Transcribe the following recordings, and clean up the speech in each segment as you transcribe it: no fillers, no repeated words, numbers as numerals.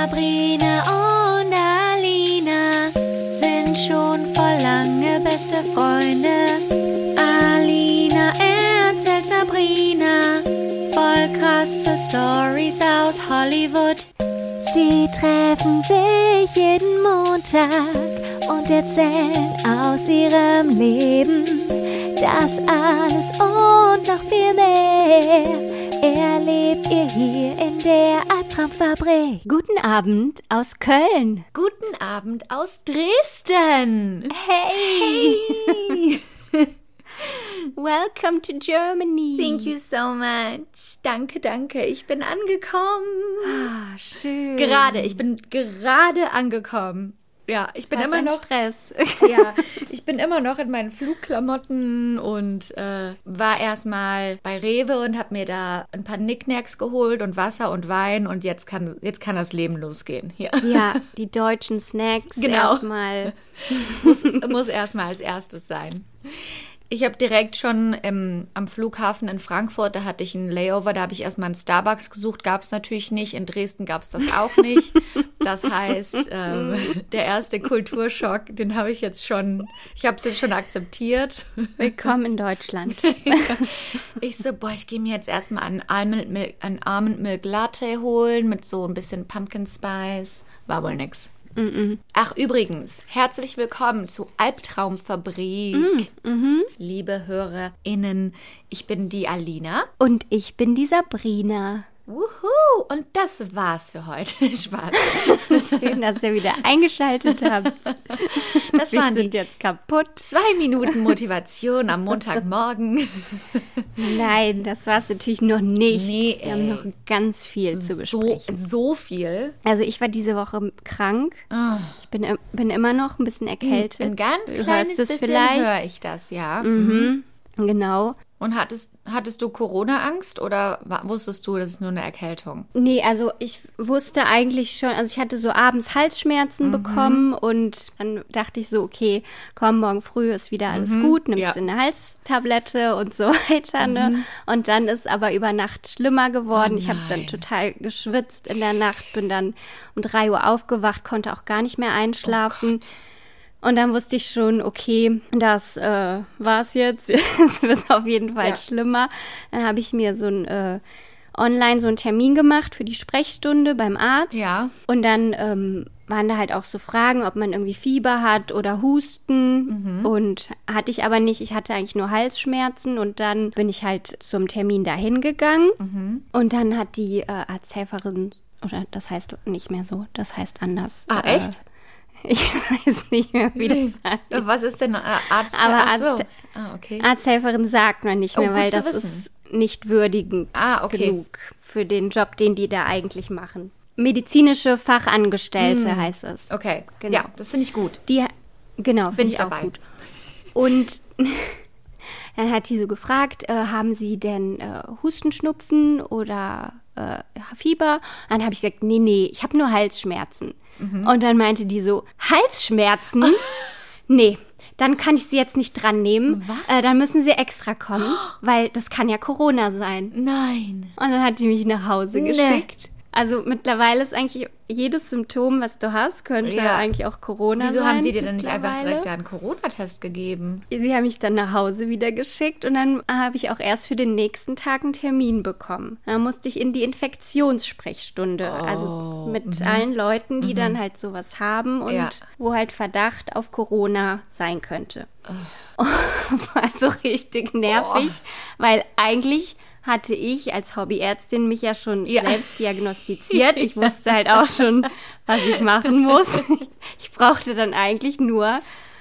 Sabrina und Alina sind schon vor lange beste Freunde. Alina erzählt Sabrina voll krasse Stories aus Hollywood. Sie treffen sich jeden Montag und erzählen aus ihrem Leben. Das alles und noch viel mehr erlebt ihr hier in der Albtraumfabrik. Guten Abend aus Köln. Guten Abend aus Dresden. Hey! Welcome to Germany. Thank you so much. Danke, danke. Ich bin angekommen. Ah, schön. Ich bin gerade angekommen. Ja, ich bin immer noch Stress. Ja, ich bin immer noch in meinen Flugklamotten und war erstmal bei Rewe und habe mir da ein paar Knickknacks geholt und Wasser und Wein und jetzt kann das Leben losgehen. Hier. Ja, die deutschen Snacks erstmal. Muss erstmal als erstes sein. Ich habe direkt schon am Flughafen in Frankfurt, da hatte ich einen Layover, da habe ich erstmal einen Starbucks gesucht, gab es natürlich nicht. In Dresden gab es das auch nicht. Das heißt, der erste Kulturschock, den habe ich habe es jetzt schon akzeptiert. Willkommen in Deutschland. Ich so, ich gehe mir jetzt erstmal einen Almond Milk Latte holen mit so ein bisschen Pumpkin Spice. War wohl nix. Ach, übrigens, herzlich willkommen zu Albtraumfabrik. Liebe HörerInnen, ich bin die Alina. Und ich bin die Sabrina. Wuhu! Und das war's für heute. Spaß. Schön, dass ihr wieder eingeschaltet habt. Wir sind jetzt kaputt. 2 Minuten Motivation am Montagmorgen. Nein, das war's natürlich noch nicht. Nee, wir haben noch ganz viel zu besprechen. So viel? Also ich war diese Woche krank. Oh. Ich bin immer noch ein bisschen erkältet. Ein ganz Du kleines hörst es bisschen vielleicht. höre ich das, ja. Genau. Und hattest du Corona-Angst oder wusstest du, das ist nur eine Erkältung? Nee, also ich wusste eigentlich schon, also ich hatte so abends Halsschmerzen bekommen und dann dachte ich so, okay, komm, morgen früh ist wieder alles gut, nimmst eine Halstablette und so weiter, ne? Und dann ist aber über Nacht schlimmer geworden. Ich habe dann total geschwitzt in der Nacht, bin dann um 3 Uhr aufgewacht, konnte auch gar nicht mehr einschlafen. Und dann wusste ich schon, okay, das war's jetzt. Jetzt wird es auf jeden Fall schlimmer. Dann habe ich mir online so einen Termin gemacht für die Sprechstunde beim Arzt. Ja. Und dann waren da halt auch so Fragen, ob man irgendwie Fieber hat oder Husten. Und hatte ich aber nicht. Ich hatte eigentlich nur Halsschmerzen. Und dann bin ich halt zum Termin dahin gegangen. Und dann hat die Arzthelferin, oder das heißt nicht mehr so, das heißt anders. Ah, echt? Ich weiß nicht mehr, wie das heißt. Was ist denn Arzt? Aber okay. Arzthelferin sagt man nicht mehr, weil das wissen. ist nicht würdigend genug für den Job, den die da eigentlich machen. Medizinische Fachangestellte heißt es. Okay, Genau. Ja, das finde ich gut. Genau, Bin finde ich ich auch dabei. gut. Und dann hat sie so gefragt, haben Sie denn Hustenschnupfen oder Fieber? Dann habe ich gesagt, nee, ich habe nur Halsschmerzen. Und dann meinte die so, Halsschmerzen? Nee, dann kann ich Sie jetzt nicht dran nehmen. Was? Dann müssen Sie extra kommen, weil das kann ja Corona sein. Nein. Und dann hat die mich nach Hause geschickt. Also mittlerweile ist eigentlich jedes Symptom, was du hast, könnte eigentlich auch Corona sein. Wieso haben die dir dann nicht einfach direkt einen Corona-Test gegeben? Sie haben mich dann nach Hause wieder geschickt und dann habe ich auch erst für den nächsten Tag einen Termin bekommen. Dann musste ich in die Infektionssprechstunde, also mit allen Leuten, die dann halt sowas haben und wo halt Verdacht auf Corona sein könnte. War also richtig nervig, weil eigentlich hatte ich als Hobbyärztin mich ja schon selbst diagnostiziert. Ich wusste halt auch schon, was ich machen muss. Ich brauchte dann eigentlich nur,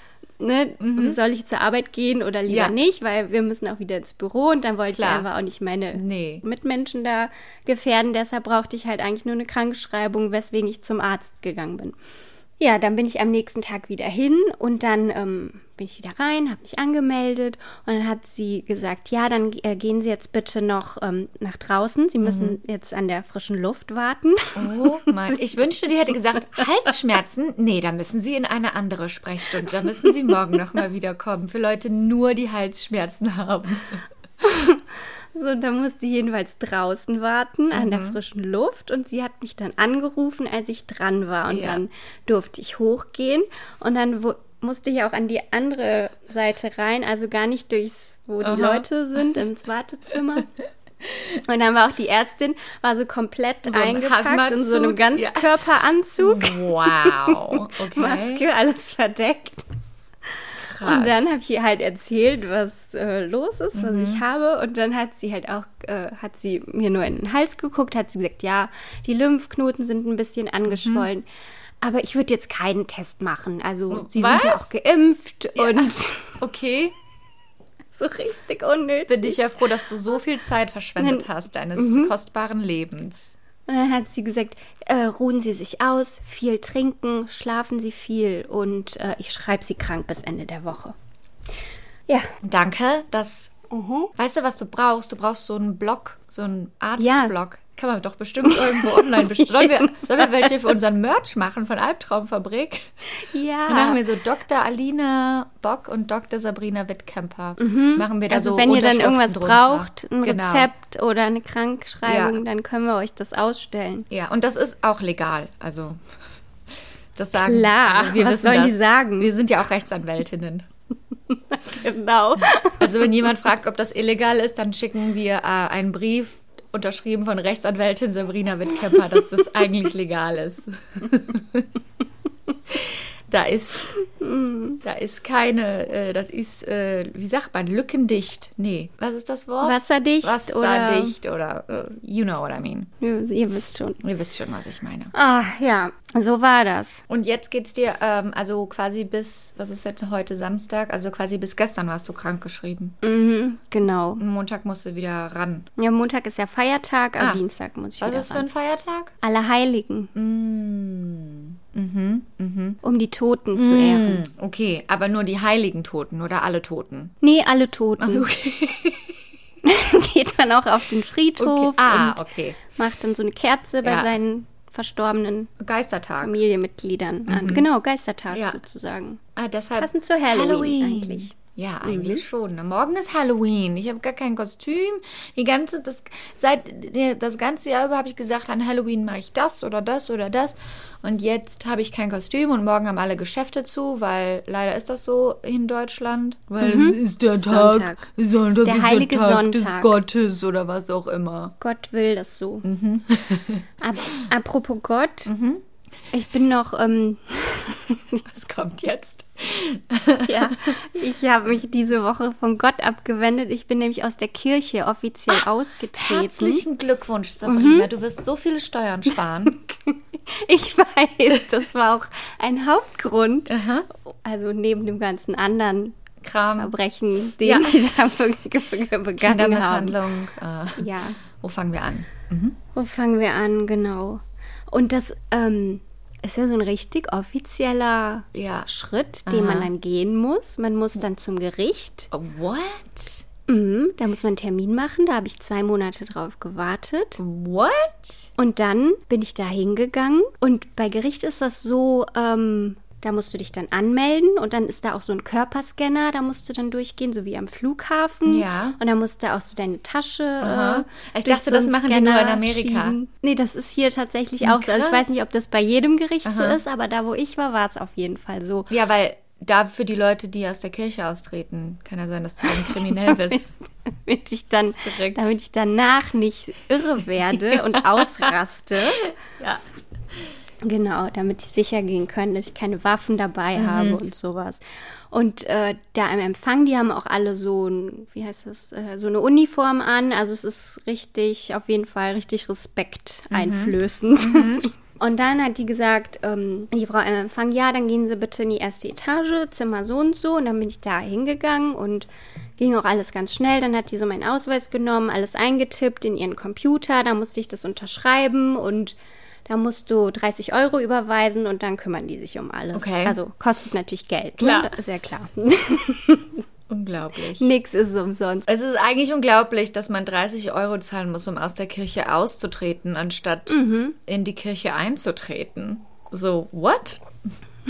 soll ich zur Arbeit gehen oder lieber nicht, weil wir müssen auch wieder ins Büro und dann wollte ich einfach auch nicht meine Mitmenschen da gefährden. Deshalb brauchte ich halt eigentlich nur eine Krankschreibung, weswegen ich zum Arzt gegangen bin. Ja, dann bin ich am nächsten Tag wieder hin und dann bin ich wieder rein, habe mich angemeldet und dann hat sie gesagt, ja, dann gehen Sie jetzt bitte noch nach draußen. Sie müssen jetzt an der frischen Luft warten. Oh mein, ich wünschte, die hätte gesagt, Halsschmerzen? Nee, da müssen Sie in eine andere Sprechstunde. Da müssen Sie morgen nochmal wiederkommen. Für Leute nur, die Halsschmerzen haben. So, da musste ich jedenfalls draußen warten, an der frischen Luft. Und sie hat mich dann angerufen, als ich dran war. Und dann durfte ich hochgehen. Und dann musste ich auch an die andere Seite rein, also gar nicht wo die Leute sind, ins Wartezimmer. Und dann war auch die Ärztin, war so komplett eingepackt in so einem Ganzkörperanzug. Wow, okay. Maske, alles verdeckt. Krass. Und dann habe ich ihr halt erzählt, was los ist, was ich habe. Und dann hat sie halt auch, hat sie mir nur in den Hals geguckt, hat sie gesagt, ja, die Lymphknoten sind ein bisschen angeschwollen. Aber ich würde jetzt keinen Test machen. Also sie sind ja auch geimpft und okay. so richtig unnötig. Bin ich ja froh, dass du so viel Zeit verschwendet hast, deines kostbaren Lebens. Und dann hat sie gesagt, ruhen Sie sich aus, viel trinken, schlafen Sie viel und ich schreibe Sie krank bis Ende der Woche. Ja. Danke, weißt du, was du brauchst? Du brauchst so einen Blog, so einen Arztblog. Kann man doch bestimmt irgendwo online bestellen. Sollen wir welche für unseren Merch machen von Albtraumfabrik? Ja. Dann machen wir so Dr. Alina Bock und Dr. Sabrina Wittkemper. Machen wir da also so wenn ihr dann irgendwas drunter. Braucht, ein Rezept oder eine Krankschreibung, dann können wir euch das ausstellen. Ja, und das ist auch legal. Also das sagen. Klar, also wir was wissen sollen das. Die sagen? Wir sind ja auch Rechtsanwältinnen. Genau. Also wenn jemand fragt, ob das illegal ist, dann schicken wir einen Brief unterschrieben von Rechtsanwältin Sabrina Wittkemper, dass das eigentlich legal ist. Da ist keine, das ist, wie sagt man, lückendicht. Nee, was ist das Wort? Wasserdicht oder you know what I mean. Ihr wisst schon. Ihr wisst schon, was ich meine. Ah, ja, so war das. Und jetzt geht's dir, also quasi bis, was ist jetzt heute, Samstag? Also quasi bis gestern warst du krankgeschrieben. Mhm, genau. Montag musst du wieder ran. Ja, Montag ist ja Feiertag, am Dienstag muss ich wieder ran. Was ist für ein Feiertag? Allerheiligen. Um die Toten zu ehren. Okay, aber nur die heiligen Toten oder alle Toten? Nee, alle Toten. Okay. Geht man auch auf den Friedhof und macht dann so eine Kerze bei seinen verstorbenen Geistertag. Familienmitgliedern an. Genau, Geistertag sozusagen. Deshalb passend zu Halloween eigentlich. Ja, eigentlich schon. Morgen ist Halloween. Ich habe gar kein Kostüm. Das ganze Jahr über habe ich gesagt, an Halloween mache ich das oder das oder das. Und jetzt habe ich kein Kostüm und morgen haben alle Geschäfte zu, weil leider ist das so in Deutschland. Weil es ist der Sonntag ist der heilige Tag Sonntag des Gottes oder was auch immer. Gott will das so. Apropos Gott, ich bin noch... Was kommt jetzt? Ja, ich habe mich diese Woche von Gott abgewendet. Ich bin nämlich aus der Kirche offiziell ausgetreten. Herzlichen Glückwunsch, Sabrina. Du wirst so viele Steuern sparen. Ich weiß, das war auch ein Hauptgrund. Also neben dem ganzen anderen Verbrechen, den ich da begangen habe. Ja. Wo fangen wir an? Wo fangen wir an, genau. Und das ist ja so ein richtig offizieller Schritt, den man dann gehen muss. Man muss dann zum Gericht. What? Da muss man einen Termin machen. Da habe ich 2 Monate drauf gewartet. What? Und dann bin ich da hingegangen. Und bei Gericht ist das so, da musst du dich dann anmelden. Und dann ist da auch so ein Körperscanner. Da musst du dann durchgehen, so wie am Flughafen. Ja. Und dann musst du auch so deine Tasche ich dachte, das machen die nur in Amerika. Schieben. Nee, das ist hier tatsächlich auch so. Also ich weiß nicht, ob das bei jedem Gericht so ist, aber da, wo ich war es auf jeden Fall so. Ja, weil da für die Leute, die aus der Kirche austreten, kann ja sein, dass du dann kriminell bist. damit ich danach nicht irre werde und ausraste. Ja. Genau, damit ich sicher gehen kann, dass ich keine Waffen dabei habe und sowas. Und da im Empfang, die haben auch alle so so eine Uniform an. Also es ist richtig, auf jeden Fall richtig respekteinflößend. Und dann hat die gesagt, die Frau im Empfang, ja, dann gehen Sie bitte in die erste Etage, Zimmer so und so. Und dann bin ich da hingegangen und ging auch alles ganz schnell. Dann hat die so meinen Ausweis genommen, alles eingetippt in ihren Computer. Da musste ich das unterschreiben und da musst du 30 € überweisen und dann kümmern die sich um alles. Okay. Also kostet natürlich Geld. Klar. Ne? Das ist ja klar. Unglaublich. Nix ist umsonst. Es ist eigentlich unglaublich, dass man 30 € zahlen muss, um aus der Kirche auszutreten, anstatt in die Kirche einzutreten. So, what?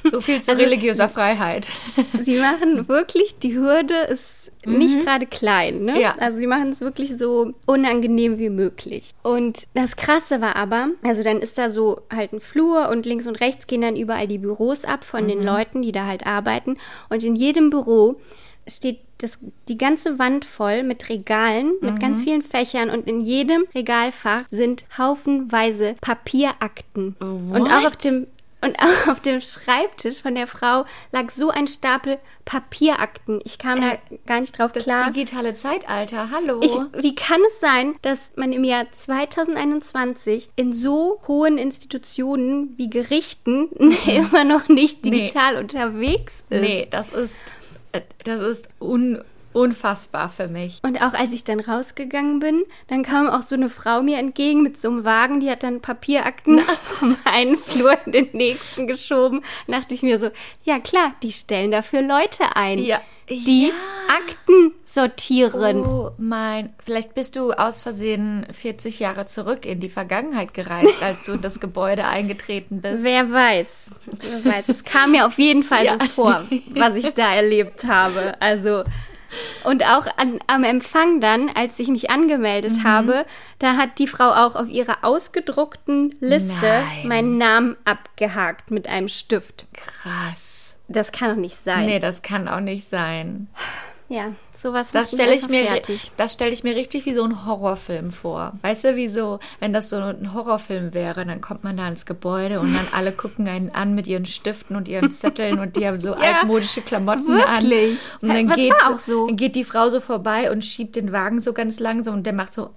So viel zu religiöser Freiheit. Sie machen wirklich, die Hürde ist nicht gerade klein, ne? Ja. Also sie machen es wirklich so unangenehm wie möglich. Und das Krasse war aber, also dann ist da so halt ein Flur und links und rechts gehen dann überall die Büros ab von den Leuten, die da halt arbeiten. Und in jedem Büro steht die ganze Wand voll mit Regalen, mit ganz vielen Fächern und in jedem Regalfach sind haufenweise Papierakten. Und auch auf dem Schreibtisch von der Frau lag so ein Stapel Papierakten. Ich kam da gar nicht drauf klar. Das digitale Zeitalter, hallo. Wie kann es sein, dass man im Jahr 2021 in so hohen Institutionen wie Gerichten immer noch nicht digital unterwegs ist? Nee, das ist unfassbar für mich. Und auch als ich dann rausgegangen bin, dann kam auch so eine Frau mir entgegen mit so einem Wagen, die hat dann Papierakten vom einen Flur in den nächsten geschoben. Da dachte ich mir so, ja klar, die stellen dafür Leute ein, die Akten sortieren. Oh vielleicht bist du aus Versehen 40 Jahre zurück in die Vergangenheit gereist, als du in das Gebäude eingetreten bist. Wer weiß. Es kam mir auf jeden Fall so vor, was ich da erlebt habe. Also... Und auch am Empfang dann, als ich mich angemeldet habe, da hat die Frau auch auf ihrer ausgedruckten Liste meinen Namen abgehakt mit einem Stift. Krass. Das kann doch nicht sein. Nee, das kann auch nicht sein. Ja, sowas Das stelle ich mir richtig wie so ein Horrorfilm vor. Weißt du, wie so, wenn das so ein Horrorfilm wäre, dann kommt man da ins Gebäude und dann alle gucken einen an mit ihren Stiften und ihren Zetteln und die haben so altmodische Klamotten wirklich? an. Und dann dann geht die Frau so vorbei und schiebt den Wagen so ganz langsam und der macht so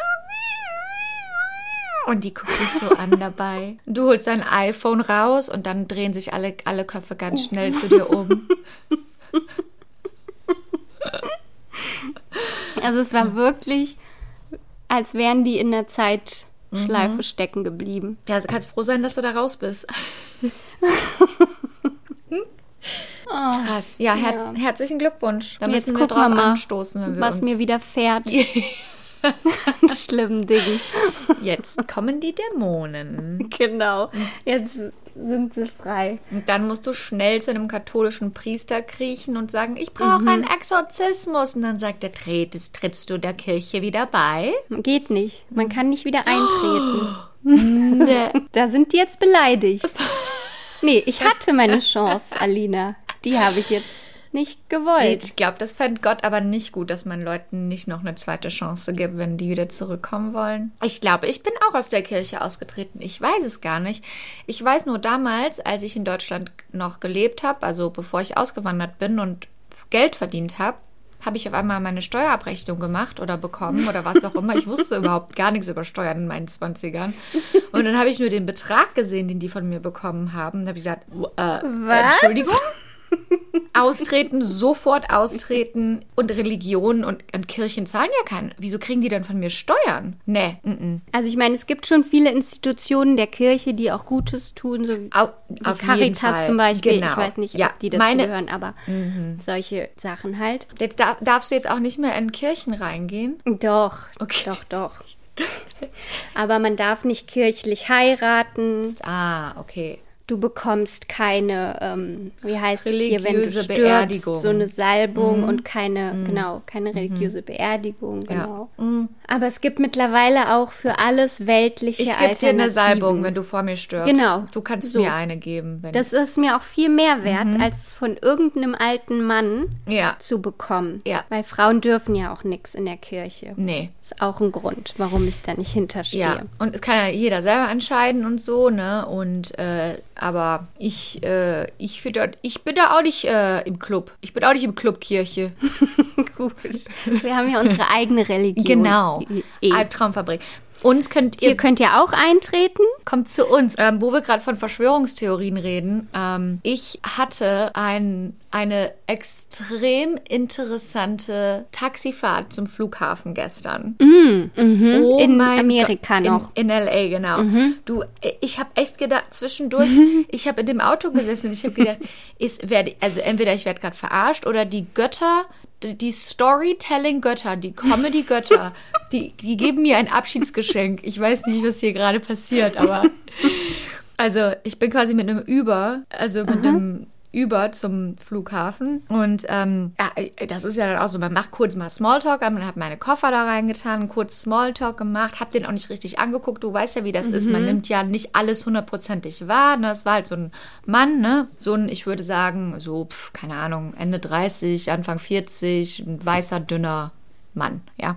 und die guckt dich so an dabei. Du holst dein iPhone raus und dann drehen sich alle Köpfe ganz schnell zu dir um. Also es war wirklich, als wären die in der Zeitschleife stecken geblieben. Ja, also kannst froh sein, dass du da raus bist. Krass. Ja, herzlichen Glückwunsch. Da müssen wir drauf anstoßen, wenn wir was mir widerfährt. Schlimmen Dingen. Jetzt kommen die Dämonen. Genau. Jetzt sind sie frei. Und dann musst du schnell zu einem katholischen Priester kriechen und sagen, ich brauche einen Exorzismus. Und dann sagt er, trittst du der Kirche wieder bei? Geht nicht. Man kann nicht wieder eintreten. Da sind die jetzt beleidigt. Nee, ich hatte meine Chance, Alina. Die habe ich jetzt nicht gewollt. Ich glaube, das fand Gott aber nicht gut, dass man Leuten nicht noch eine zweite Chance gibt, wenn die wieder zurückkommen wollen. Ich glaube, ich bin auch aus der Kirche ausgetreten. Ich weiß es gar nicht. Ich weiß nur damals, als ich in Deutschland noch gelebt habe, also bevor ich ausgewandert bin und Geld verdient habe, habe ich auf einmal meine Steuerabrechnung gemacht oder bekommen oder was auch immer. Ich wusste überhaupt gar nichts über Steuern in meinen 20ern. Und dann habe ich nur den Betrag gesehen, den die von mir bekommen haben. Und habe ich gesagt, Entschuldigung? Austreten, sofort austreten. Und Religionen und Kirchen zahlen ja keinen. Wieso kriegen die dann von mir Steuern? Nee. Also ich meine, es gibt schon viele Institutionen der Kirche, die auch Gutes tun, so wie Caritas zum Beispiel. Genau. Ich weiß nicht, ob die dazu gehören, aber solche Sachen halt. Jetzt darfst du jetzt auch nicht mehr in Kirchen reingehen? Doch, doch. Aber man darf nicht kirchlich heiraten. Okay. Du bekommst keine, wie heißt es hier, wenn du stirbst, Beerdigung. so eine Salbung und keine religiöse Beerdigung, genau. Ja. Aber es gibt mittlerweile auch für alles weltliche Alternativen. Ich gebe dir eine Salbung, wenn du vor mir stirbst. Genau. Du kannst mir eine geben. Das ist mir auch viel mehr wert, als es von irgendeinem alten Mann zu bekommen. Ja. Weil Frauen dürfen ja auch nichts in der Kirche. Nee. Das ist auch ein Grund, warum ich da nicht hinterstehe. Ja, und es kann ja jeder selber entscheiden und so, ne? Und aber ich bin da auch nicht im Club. Ich bin auch nicht im Club Kirche. Gut. Wir haben ja unsere eigene Religion. Genau. Albtraumfabrik. Uns könnt ihr... Ihr könnt ja auch eintreten. Kommt zu uns. Wo wir gerade von Verschwörungstheorien reden. Ich hatte eine extrem interessante Taxifahrt zum Flughafen gestern. In Amerika noch. In L.A., genau. Du, ich habe echt gedacht, zwischendurch, ich habe in dem Auto gesessen und ich habe gedacht, entweder ich werde gerade verarscht oder die Götter, die Storytelling-Götter, die Comedy-Götter, die geben mir ein Abschiedsgeschenk. Ich weiß nicht, was hier gerade passiert, aber Also ich bin quasi mit einem Uber zum Flughafen und das ist ja dann auch so, man macht kurz mal Smalltalk, man hat meine Koffer da reingetan, kurz Smalltalk gemacht, hab den auch nicht richtig angeguckt, du weißt ja, wie das ist, man nimmt ja nicht alles 100%ig wahr, ne? Es war halt so ein Mann, ne? So ein, ich würde sagen, so, keine Ahnung, Ende 30, Anfang 40, ein weißer, dünner Mann, ja.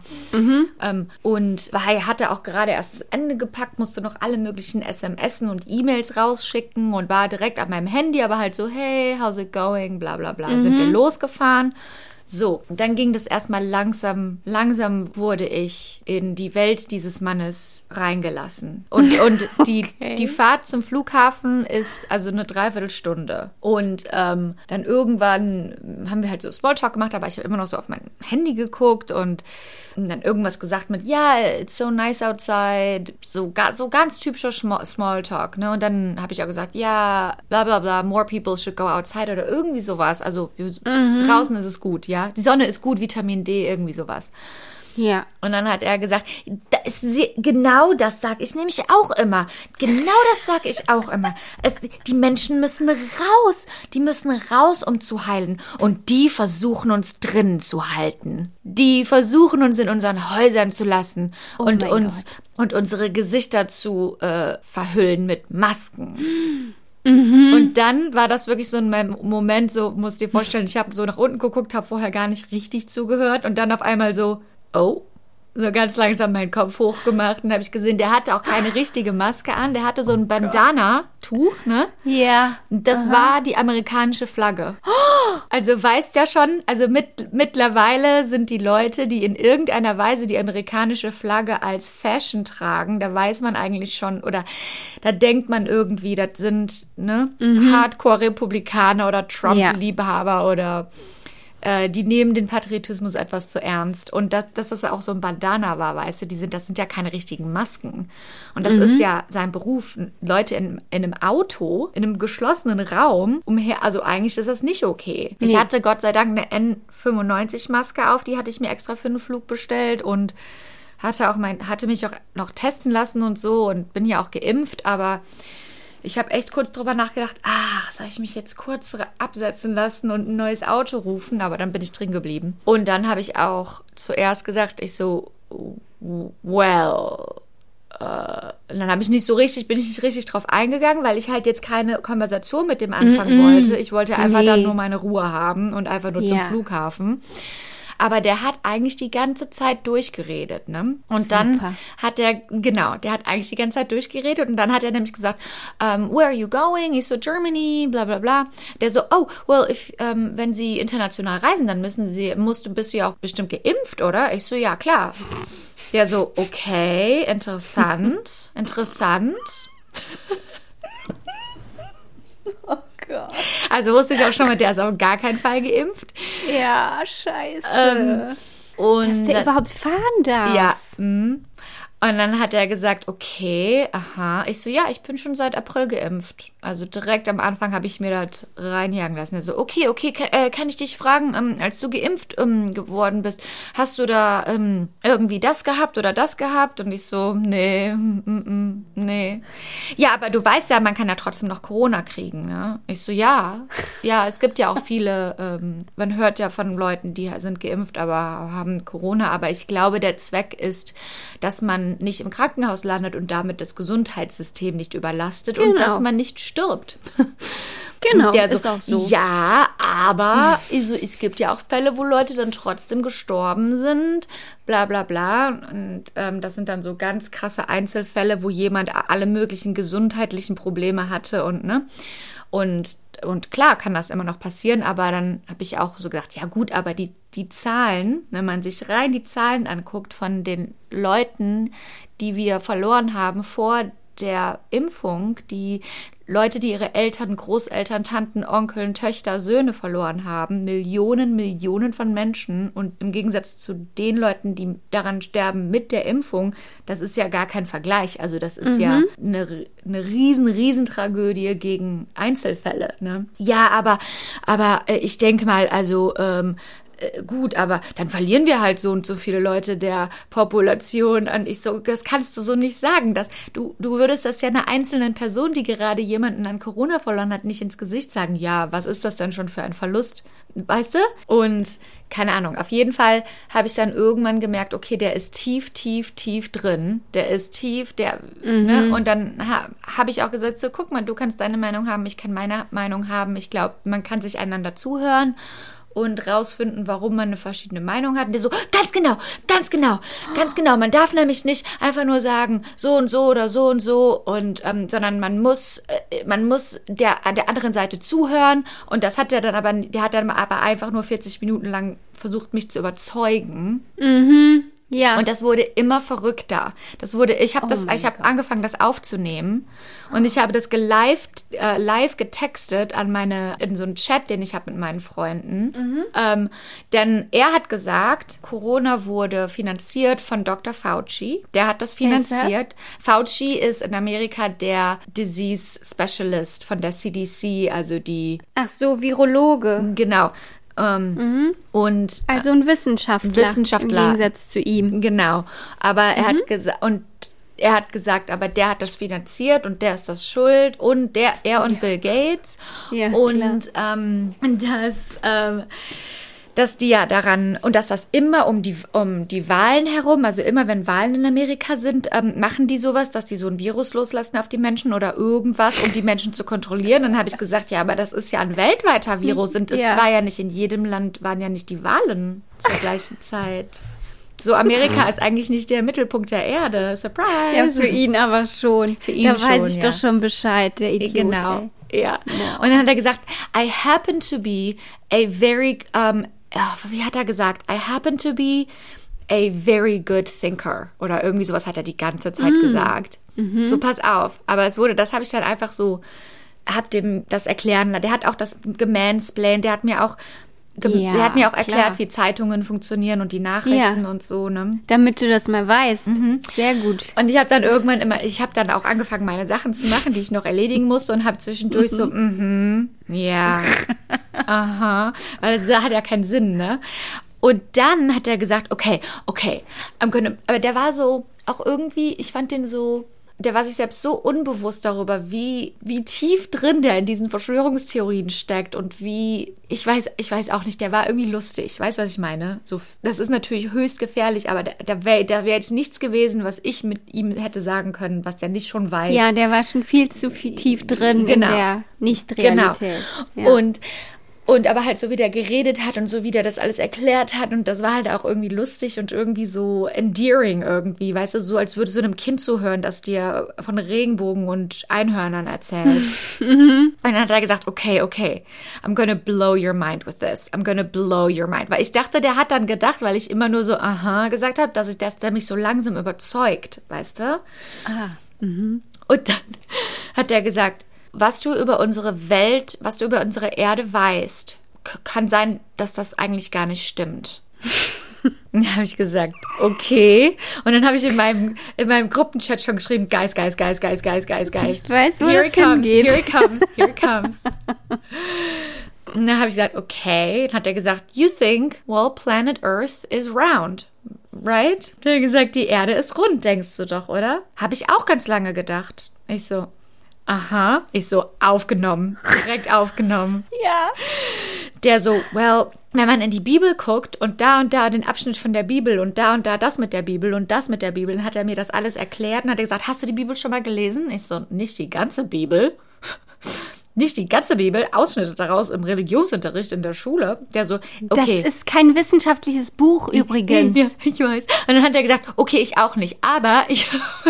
Und er hatte auch gerade erst zu Ende gepackt, musste noch alle möglichen SMSen und E-Mails rausschicken und war direkt an meinem Handy, aber halt so, hey, how's it going, bla bla bla. Sind wir losgefahren. So, dann ging das erstmal langsam wurde ich in die Welt dieses Mannes reingelassen. Und die Fahrt zum Flughafen ist also eine Dreiviertelstunde. Und dann irgendwann haben wir halt so Smalltalk gemacht, aber ich habe immer noch so auf mein Handy geguckt und dann irgendwas gesagt mit, ja, it's so nice outside, so ganz typischer Smalltalk, ne? Und dann habe ich auch gesagt, ja, bla bla bla, more people should go outside oder irgendwie sowas. Also draußen ist es gut, ja. Die Sonne ist gut, Vitamin D, irgendwie sowas. Ja. Und dann hat er gesagt, genau das sage ich nämlich auch immer. Genau das sage ich auch immer. Die Menschen müssen raus. Die müssen raus, um zu heilen. Und die versuchen uns drinnen zu halten. Die versuchen uns in unseren Häusern zu lassen und unsere Gesichter zu verhüllen mit Masken. Und dann war das wirklich so ein Moment, so musst du dir vorstellen, ich habe so nach unten geguckt, habe vorher gar nicht richtig zugehört und dann auf einmal so, oh, so ganz langsam meinen Kopf hochgemacht und habe ich gesehen, der hatte auch keine richtige Maske an, der hatte so ein Bandana-Tuch, ne? Ja. Das war die amerikanische Flagge. Also weißt ja schon, also mittlerweile sind die Leute, die in irgendeiner Weise die amerikanische Flagge als Fashion tragen, da weiß man eigentlich schon, oder da denkt man irgendwie, das sind Hardcore-Republikaner oder Trump-Liebhaber oder die nehmen den Patriotismus etwas zu ernst. Und dass das auch so ein Bandana war, weißt du, das sind ja keine richtigen Masken. Und das ist ja sein Beruf, Leute in einem Auto, in einem geschlossenen Raum also eigentlich ist das nicht okay. Nee. Ich hatte Gott sei Dank eine N95-Maske auf, die hatte ich mir extra für einen Flug bestellt und hatte mich auch noch testen lassen und so und bin ja auch geimpft, aber ich habe echt kurz drüber nachgedacht, soll ich mich jetzt kurz absetzen lassen und ein neues Auto rufen? Aber dann bin ich drin geblieben. Und dann habe ich auch zuerst gesagt, und dann bin ich nicht richtig drauf eingegangen, weil ich halt jetzt keine Konversation mit dem anfangen wollte. Ich wollte einfach dann nur meine Ruhe haben und einfach nur zum Flughafen. Aber der hat eigentlich die ganze Zeit durchgeredet, ne? Und dann hat der hat eigentlich die ganze Zeit durchgeredet und dann hat er nämlich gesagt, where are you going? Ich so, Germany, bla bla bla. Der so, oh, well, wenn Sie international reisen, dann bist du ja auch bestimmt geimpft, oder? Ich so, ja, klar. Der so, okay, interessant. Oh Gott. Also wusste ich auch schon mal, der ist auf gar keinen Fall geimpft. Ja, scheiße. Und dass der überhaupt fahren darf. Ja, Und dann hat er gesagt, okay, aha. Ich so, ja, ich bin schon seit April geimpft. Also direkt am Anfang habe ich mir das reinjagen lassen. Er so, okay, kann ich dich fragen, als du geimpft geworden bist, hast du da irgendwie das gehabt oder das gehabt? Und ich so, nee. Ja, aber du weißt ja, man kann ja trotzdem noch Corona kriegen, ne? Ich so, ja, es gibt ja auch viele, man hört ja von Leuten, die sind geimpft, aber haben Corona. Aber ich glaube, der Zweck ist, dass man nicht im Krankenhaus landet und damit das Gesundheitssystem nicht überlastet und dass man nicht stirbt. Genau, der so, ist auch so. Ja, aber es gibt ja auch Fälle, wo Leute dann trotzdem gestorben sind, bla bla bla. Und das sind dann so ganz krasse Einzelfälle, wo jemand alle möglichen gesundheitlichen Probleme hatte und klar kann das immer noch passieren, aber dann habe ich auch so gedacht, ja gut, aber die Zahlen, wenn man sich rein die Zahlen anguckt von den Leuten, die wir verloren haben vor der Impfung, die Leute, die ihre Eltern, Großeltern, Tanten, Onkeln, Töchter, Söhne verloren haben, Millionen von Menschen und im Gegensatz zu den Leuten, die daran sterben mit der Impfung, das ist ja gar kein Vergleich. Also das ist ja eine riesen Tragödie gegen Einzelfälle. Ne? Ja, aber ich denke mal, also gut, aber dann verlieren wir halt so und so viele Leute der Population. Und ich so, das kannst du so nicht sagen. Du würdest das ja einer einzelnen Person, die gerade jemanden an Corona verloren hat, nicht ins Gesicht sagen. Ja, was ist das denn schon für ein Verlust? Weißt du? Und keine Ahnung, auf jeden Fall habe ich dann irgendwann gemerkt, okay, der ist tief, tief, tief drin. Der ist tief, ne? Und dann habe ich auch gesagt, so guck mal, du kannst deine Meinung haben, ich kann meine Meinung haben. Ich glaube, man kann sich einander zuhören und rausfinden, warum man eine verschiedene Meinung hat. Und der so, ganz genau. Man darf nämlich nicht einfach nur sagen, so und so oder so und so, und sondern man muss der anderen Seite zuhören. Und das hat der hat dann aber einfach nur 40 Minuten lang versucht, mich zu überzeugen. Ja. Und das wurde immer verrückter. Ich habe angefangen, das aufzunehmen. Und ich habe das live getextet in so einen Chat, den ich habe mit meinen Freunden. Denn er hat gesagt, Corona wurde finanziert von Dr. Fauci. Der hat das finanziert. Fauci ist in Amerika der Disease Specialist von der CDC, also die... Ach so, Virologe. Genau. Und also ein Wissenschaftler im Gegensatz zu ihm. Genau, aber er hat gesagt, aber der hat das finanziert und der ist das schuld und er und Bill Gates. Ja, und dass die ja daran, und dass das immer um die Wahlen herum, also immer wenn Wahlen in Amerika sind, machen die sowas, dass die so ein Virus loslassen auf die Menschen oder irgendwas, um die Menschen zu kontrollieren. Dann habe ich gesagt, ja, aber das ist ja ein weltweiter Virus und es war ja nicht in jedem Land, waren ja nicht die Wahlen zur gleichen Zeit. So, Amerika ist eigentlich nicht der Mittelpunkt der Erde. Surprise! Ja, für ihn aber schon. Für ihn da schon, weiß ich doch schon Bescheid, der Idiot. Genau, ja. Und dann hat er gesagt, I happen to be a very, wie hat er gesagt? I happen to be a very good thinker. Oder irgendwie sowas hat er die ganze Zeit gesagt. So, pass auf. Aber das habe ich dann einfach so, hab dem das erklären lassen. Der hat auch das gemansplained, der hat mir auch erklärt, wie Zeitungen funktionieren und die Nachrichten und so, ne? Damit du das mal weißt. Sehr gut. Und ich habe dann auch angefangen, meine Sachen zu machen, die ich noch erledigen musste und habe zwischendurch so, ja, aha, weil das hat ja keinen Sinn, ne? Und dann hat er gesagt, okay, aber der war so, auch irgendwie, ich fand den so, der war sich selbst so unbewusst darüber, wie tief drin der in diesen Verschwörungstheorien steckt und ich weiß auch nicht, der war irgendwie lustig, weißt du, was ich meine? So, das ist natürlich höchst gefährlich, aber da wäre jetzt nichts gewesen, was ich mit ihm hätte sagen können, was der nicht schon weiß. Ja, der war schon viel zu tief drin in der Nicht-Realität. Genau. Ja. Und aber halt so, wie der geredet hat und so, wie der das alles erklärt hat. Und das war halt auch irgendwie lustig und irgendwie so endearing irgendwie. Weißt du, so als würdest du einem Kind zuhören, das dir von Regenbogen und Einhörnern erzählt. Und dann hat er gesagt, okay, I'm gonna blow your mind with this. I'm gonna blow your mind. Weil ich dachte, der hat dann gedacht, weil ich immer nur so, aha, gesagt habe, dass der mich so langsam überzeugt, weißt du? Und dann hat er gesagt, was du über unsere Welt, was du über unsere Erde weißt, kann sein, dass das eigentlich gar nicht stimmt. Und dann habe ich gesagt, okay. Und dann habe ich in meinem Gruppenchat schon geschrieben, guys. Ich weiß, wo das hingeht. Here it comes. Und dann habe ich gesagt, okay. Dann hat er gesagt, you think, well, planet Earth is round, right? Dann hat er gesagt, die Erde ist rund, denkst du doch, oder? Habe ich auch ganz lange gedacht. Ich so, aha. Ich so, direkt aufgenommen. Ja. Der so, well, wenn man in die Bibel guckt und da den Abschnitt von der Bibel und da das mit der Bibel und das mit der Bibel, dann hat er mir das alles erklärt und hat er gesagt, hast du die Bibel schon mal gelesen? Ich so, nicht die ganze Bibel. Nicht die ganze Bibel, Ausschnitte daraus im Religionsunterricht in der Schule. Der so, okay. Das ist kein wissenschaftliches Buch übrigens. Ja, ich weiß. Und dann hat er gesagt, okay, ich auch nicht, aber ich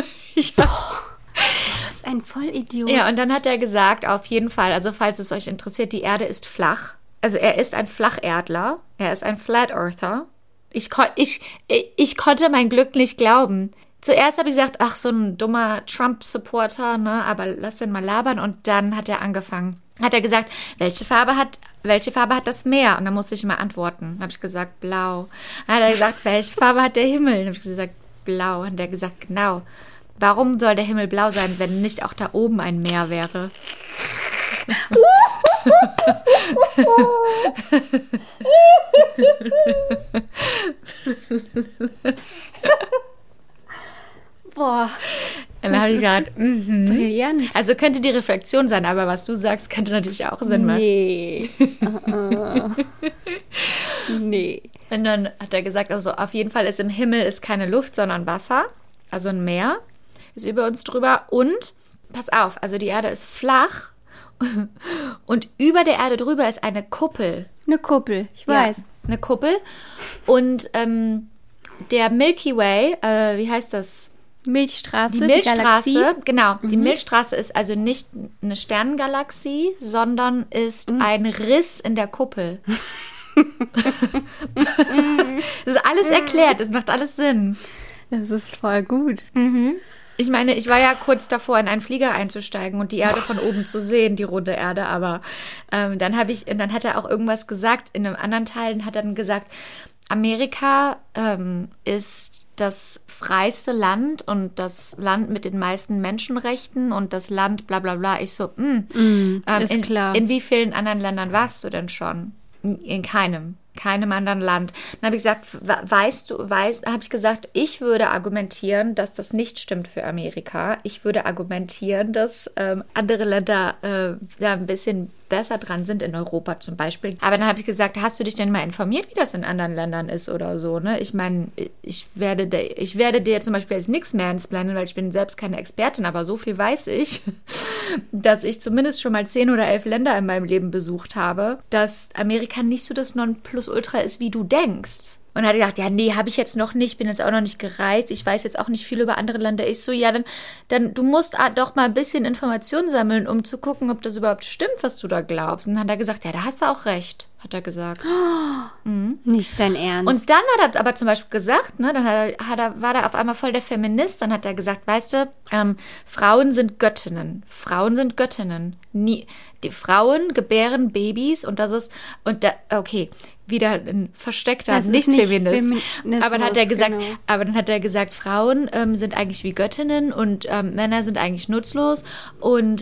ein Vollidiot. Ja, und dann hat er gesagt, auf jeden Fall, also falls es euch interessiert, die Erde ist flach. Also er ist ein Flacherdler, er ist ein Flat Earther. Ich konnte mein Glück nicht glauben. Zuerst habe ich gesagt, ach, so ein dummer Trump-Supporter, ne, aber lass den mal labern. Und dann hat er angefangen. Hat er gesagt, welche Farbe hat das Meer? Und dann musste ich mal antworten. Dann habe ich gesagt, blau. Dann hat er gesagt, welche Farbe hat der Himmel? Dann habe ich gesagt, blau. Und er hat gesagt, genau. Warum soll der Himmel blau sein, wenn nicht auch da oben ein Meer wäre? Boah. Dann habe ich gedacht, brillant. Also könnte die Reflexion sein, aber was du sagst, könnte natürlich auch Sinn machen. Nee. Nee. Und dann hat er gesagt, also auf jeden Fall ist im Himmel ist keine Luft, sondern Wasser. Also ein Meer ist über uns drüber. Und, pass auf, also die Erde ist flach. Und über der Erde drüber ist eine Kuppel. Eine Kuppel, ich weiß. Ja, eine Kuppel. Und der Milky Way, wie heißt das? Milchstraße, Die Milchstraße, Galaxie. genau. Die Milchstraße ist also nicht eine Sternengalaxie, sondern ist ein Riss in der Kuppel. Das ist alles erklärt, das macht alles Sinn. Das ist voll gut. Ich meine, ich war ja kurz davor, in einen Flieger einzusteigen und die Erde von oben zu sehen, die runde Erde, aber dann hat er auch irgendwas gesagt, in einem anderen Teil hat er dann gesagt, Amerika ist das freiste Land und das Land mit den meisten Menschenrechten und das Land bla bla bla. Ich so, ist klar. In wie vielen anderen Ländern warst du denn schon? In keinem anderen Land. Dann habe ich gesagt, habe ich gesagt, ich würde argumentieren, dass das nicht stimmt für Amerika. Ich würde argumentieren, dass andere Länder da ein bisschen besser dran sind, in Europa zum Beispiel. Aber dann habe ich gesagt, hast du dich denn mal informiert, wie das in anderen Ländern ist oder so, ne? Ich meine, ich werde dir zum Beispiel jetzt nichts mansplainen, weil ich bin selbst keine Expertin, aber so viel weiß ich, dass ich zumindest schon mal 10 oder 11 Länder in meinem Leben besucht habe, dass Amerika nicht so das Nonplusultra ist, wie du denkst. Und er hat gedacht, ja, nee, habe ich jetzt noch nicht, bin jetzt auch noch nicht gereist, ich weiß jetzt auch nicht viel über andere Länder. Ich so, ja, dann du musst doch mal ein bisschen Informationen sammeln, um zu gucken, ob das überhaupt stimmt, was du da glaubst. Und dann hat er gesagt, ja, da hast du auch recht, hat er gesagt. Nicht sein Ernst. Und dann hat er aber zum Beispiel gesagt, ne, dann war er auf einmal voll der Feminist, dann hat er gesagt, weißt du, Frauen sind Göttinnen. Frauen sind Göttinnen. Die Frauen gebären Babys und das ist, okay, wieder ein versteckter Nicht-Feminist. Aber dann hat er gesagt, Frauen sind eigentlich wie Göttinnen und Männer sind eigentlich nutzlos und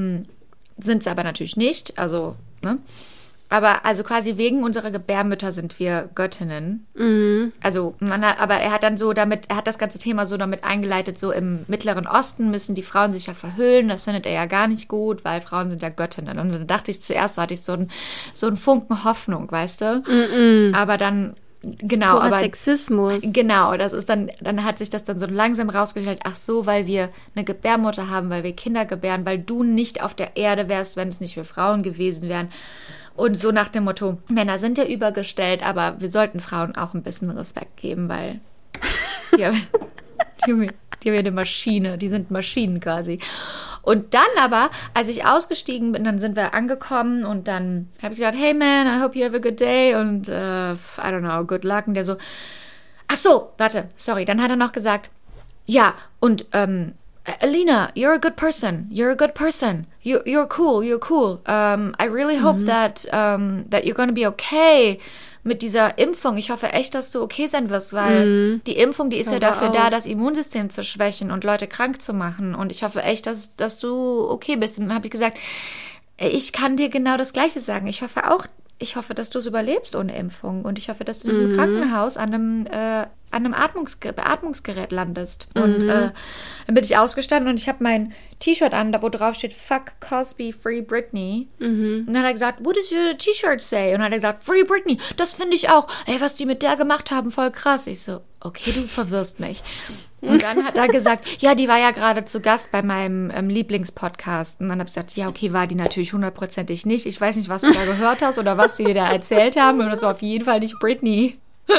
sind es aber natürlich nicht. Also, ne? Aber also quasi wegen unserer Gebärmütter sind wir Göttinnen. Also, aber er hat dann er hat das ganze Thema so damit eingeleitet, so im Mittleren Osten müssen die Frauen sich ja verhüllen. Das findet er ja gar nicht gut, weil Frauen sind ja Göttinnen. Und dann dachte ich zuerst, so hatte ich so einen Funken Hoffnung, weißt du? Aber dann, genau. Purer Sexismus. Genau, das ist dann hat sich das dann so langsam rausgestellt, ach so, weil wir eine Gebärmutter haben, weil wir Kinder gebären, weil du nicht auf der Erde wärst, wenn es nicht für Frauen gewesen wären. Und so nach dem Motto, Männer sind ja übergestellt, aber wir sollten Frauen auch ein bisschen Respekt geben, weil die haben eine Maschine, die sind Maschinen quasi. Und dann aber, als ich ausgestiegen bin, dann sind wir angekommen und dann habe ich gesagt, hey man, I hope you have a good day und I don't know, good luck. Und der so, ach so, warte, sorry. Dann hat er noch gesagt, ja, und Alina, you're a good person. You're a good person. You're cool. You're cool. I really hope that you're going to be okay mit dieser Impfung. Ich hoffe echt, dass du okay sein wirst, weil die Impfung, die ist ja dafür da, das Immunsystem zu schwächen und Leute krank zu machen. Und ich hoffe echt, dass du okay bist. Und dann habe ich gesagt, ich kann dir genau das Gleiche sagen. Ich hoffe, dass du es überlebst ohne Impfung. Und ich hoffe, dass du nicht im Krankenhaus an einem Beatmungsgerät landest. Und dann bin ich ausgestanden und ich habe mein T-Shirt an, da wo drauf steht, Fuck Cosby, Free Britney. Und dann hat er gesagt, what does your T-Shirt say? Und dann hat er gesagt, Free Britney, das finde ich auch. Ey, was die mit der gemacht haben, voll krass. Ich so, okay, du verwirrst mich. Und dann hat er gesagt, ja, die war ja gerade zu Gast bei meinem Lieblingspodcast. Und dann habe ich gesagt, ja, okay, war die natürlich 100%ig nicht. Ich weiß nicht, was du da gehört hast oder was die dir da erzählt haben. Aber das war auf jeden Fall nicht Britney.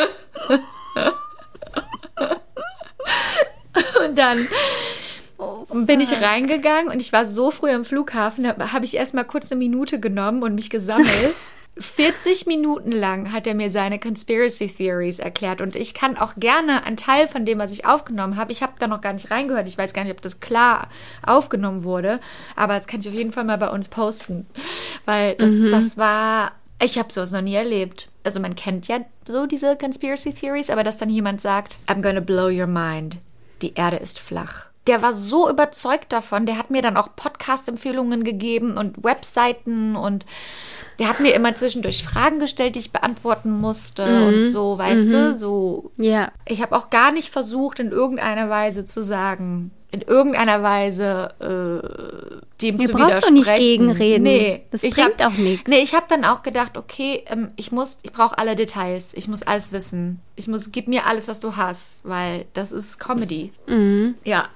Und dann bin ich reingegangen und ich war so früh am Flughafen, da habe ich erst mal kurz eine Minute genommen und mich gesammelt. 40 Minuten lang hat er mir seine Conspiracy Theories erklärt und ich kann auch gerne einen Teil von dem, was ich aufgenommen habe, ich habe da noch gar nicht reingehört, ich weiß gar nicht, ob das klar aufgenommen wurde, aber das kann ich auf jeden Fall mal bei uns posten, weil das war, ich habe sowas noch nie erlebt. Also man kennt ja so diese Conspiracy Theories, aber dass dann jemand sagt, I'm gonna blow your mind, die Erde ist flach. der war so überzeugt davon. Der hat mir dann auch Podcast-Empfehlungen gegeben und Webseiten und der hat mir immer zwischendurch Fragen gestellt, die ich beantworten musste und so, weißt du, so. Ja. Ich habe auch gar nicht versucht, in irgendeiner Weise zu sagen, dem zu widersprechen. Du brauchst doch nicht gegenreden. Nee. Das bringt auch nichts. Nee, ich habe dann auch gedacht, okay, ich brauche alle Details. Ich muss alles wissen. Gib mir alles, was du hast, weil das ist Comedy. Ja.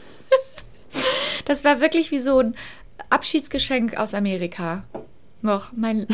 Das war wirklich wie so ein Abschiedsgeschenk aus Amerika. Noch mein...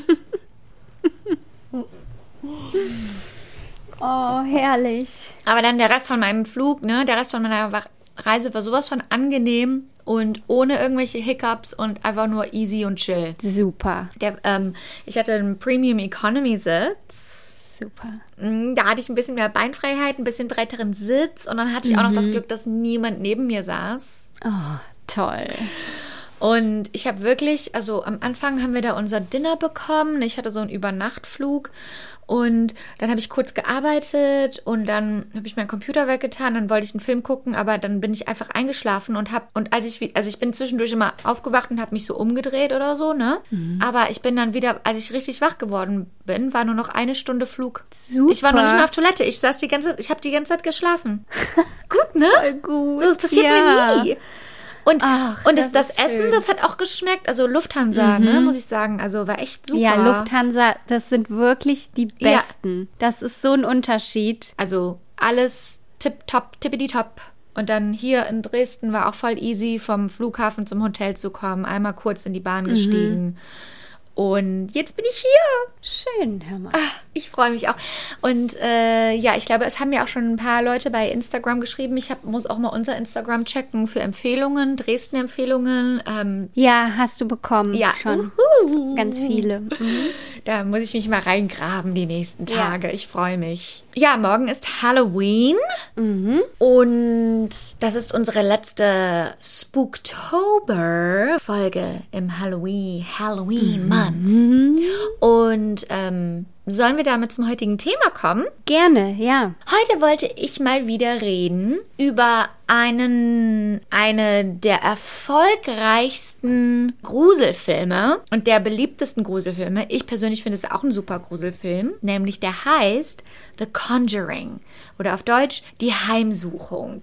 Oh, herrlich. Aber dann der Rest von meinem Flug, ne, der Rest von meiner Reise war sowas von angenehm und ohne irgendwelche Hiccups und einfach nur easy und chill. Super. Ich hatte einen Premium Economy Sitz. Super. Da hatte ich ein bisschen mehr Beinfreiheit, ein bisschen breiteren Sitz und dann hatte ich auch noch das Glück, dass niemand neben mir saß. Oh, toll. Und ich habe wirklich, also am Anfang haben wir da unser Dinner bekommen. Ich hatte so einen Übernachtflug und dann habe ich kurz gearbeitet und dann habe ich meinen Computer weggetan, dann wollte ich einen Film gucken, aber dann bin ich einfach eingeschlafen ich bin zwischendurch immer aufgewacht und habe mich so umgedreht oder so, ne? Aber ich bin dann wieder, als ich richtig wach geworden bin, war nur noch 1 Stunde Flug. Super. Ich war noch nicht mal auf Toilette, ich habe die ganze Zeit geschlafen. Gut, ne? Voll gut. So, das passiert mir nie. Und das Essen, schön. das hat auch geschmeckt. Also Lufthansa, ne, muss ich sagen. Also war echt super. Ja, Lufthansa, das sind wirklich die Besten. Ja. Das ist so ein Unterschied. Also alles tipptopp, tippity-top. Und dann hier in Dresden war auch voll easy, vom Flughafen zum Hotel zu kommen. Einmal kurz in die Bahn gestiegen. Und jetzt bin ich hier. Schön, hör mal. Ich freue mich auch. Und ich glaube, es haben ja auch schon ein paar Leute bei Instagram geschrieben. Ich muss auch mal unser Instagram checken für Empfehlungen, Dresden-Empfehlungen. Ja, hast du bekommen. Ja, schon. Ganz viele. Da muss ich mich mal reingraben die nächsten Tage. Ja. Ich freue mich. Ja, morgen ist Halloween. Und das ist unsere letzte Spooktober-Folge im Halloween-Month. Und sollen wir damit zum heutigen Thema kommen? Gerne, ja. Heute wollte ich mal wieder reden über eine der erfolgreichsten Gruselfilme und der beliebtesten Gruselfilme. Ich persönlich finde es auch ein super Gruselfilm, nämlich der heißt The Conjuring oder auf Deutsch Die Heimsuchung.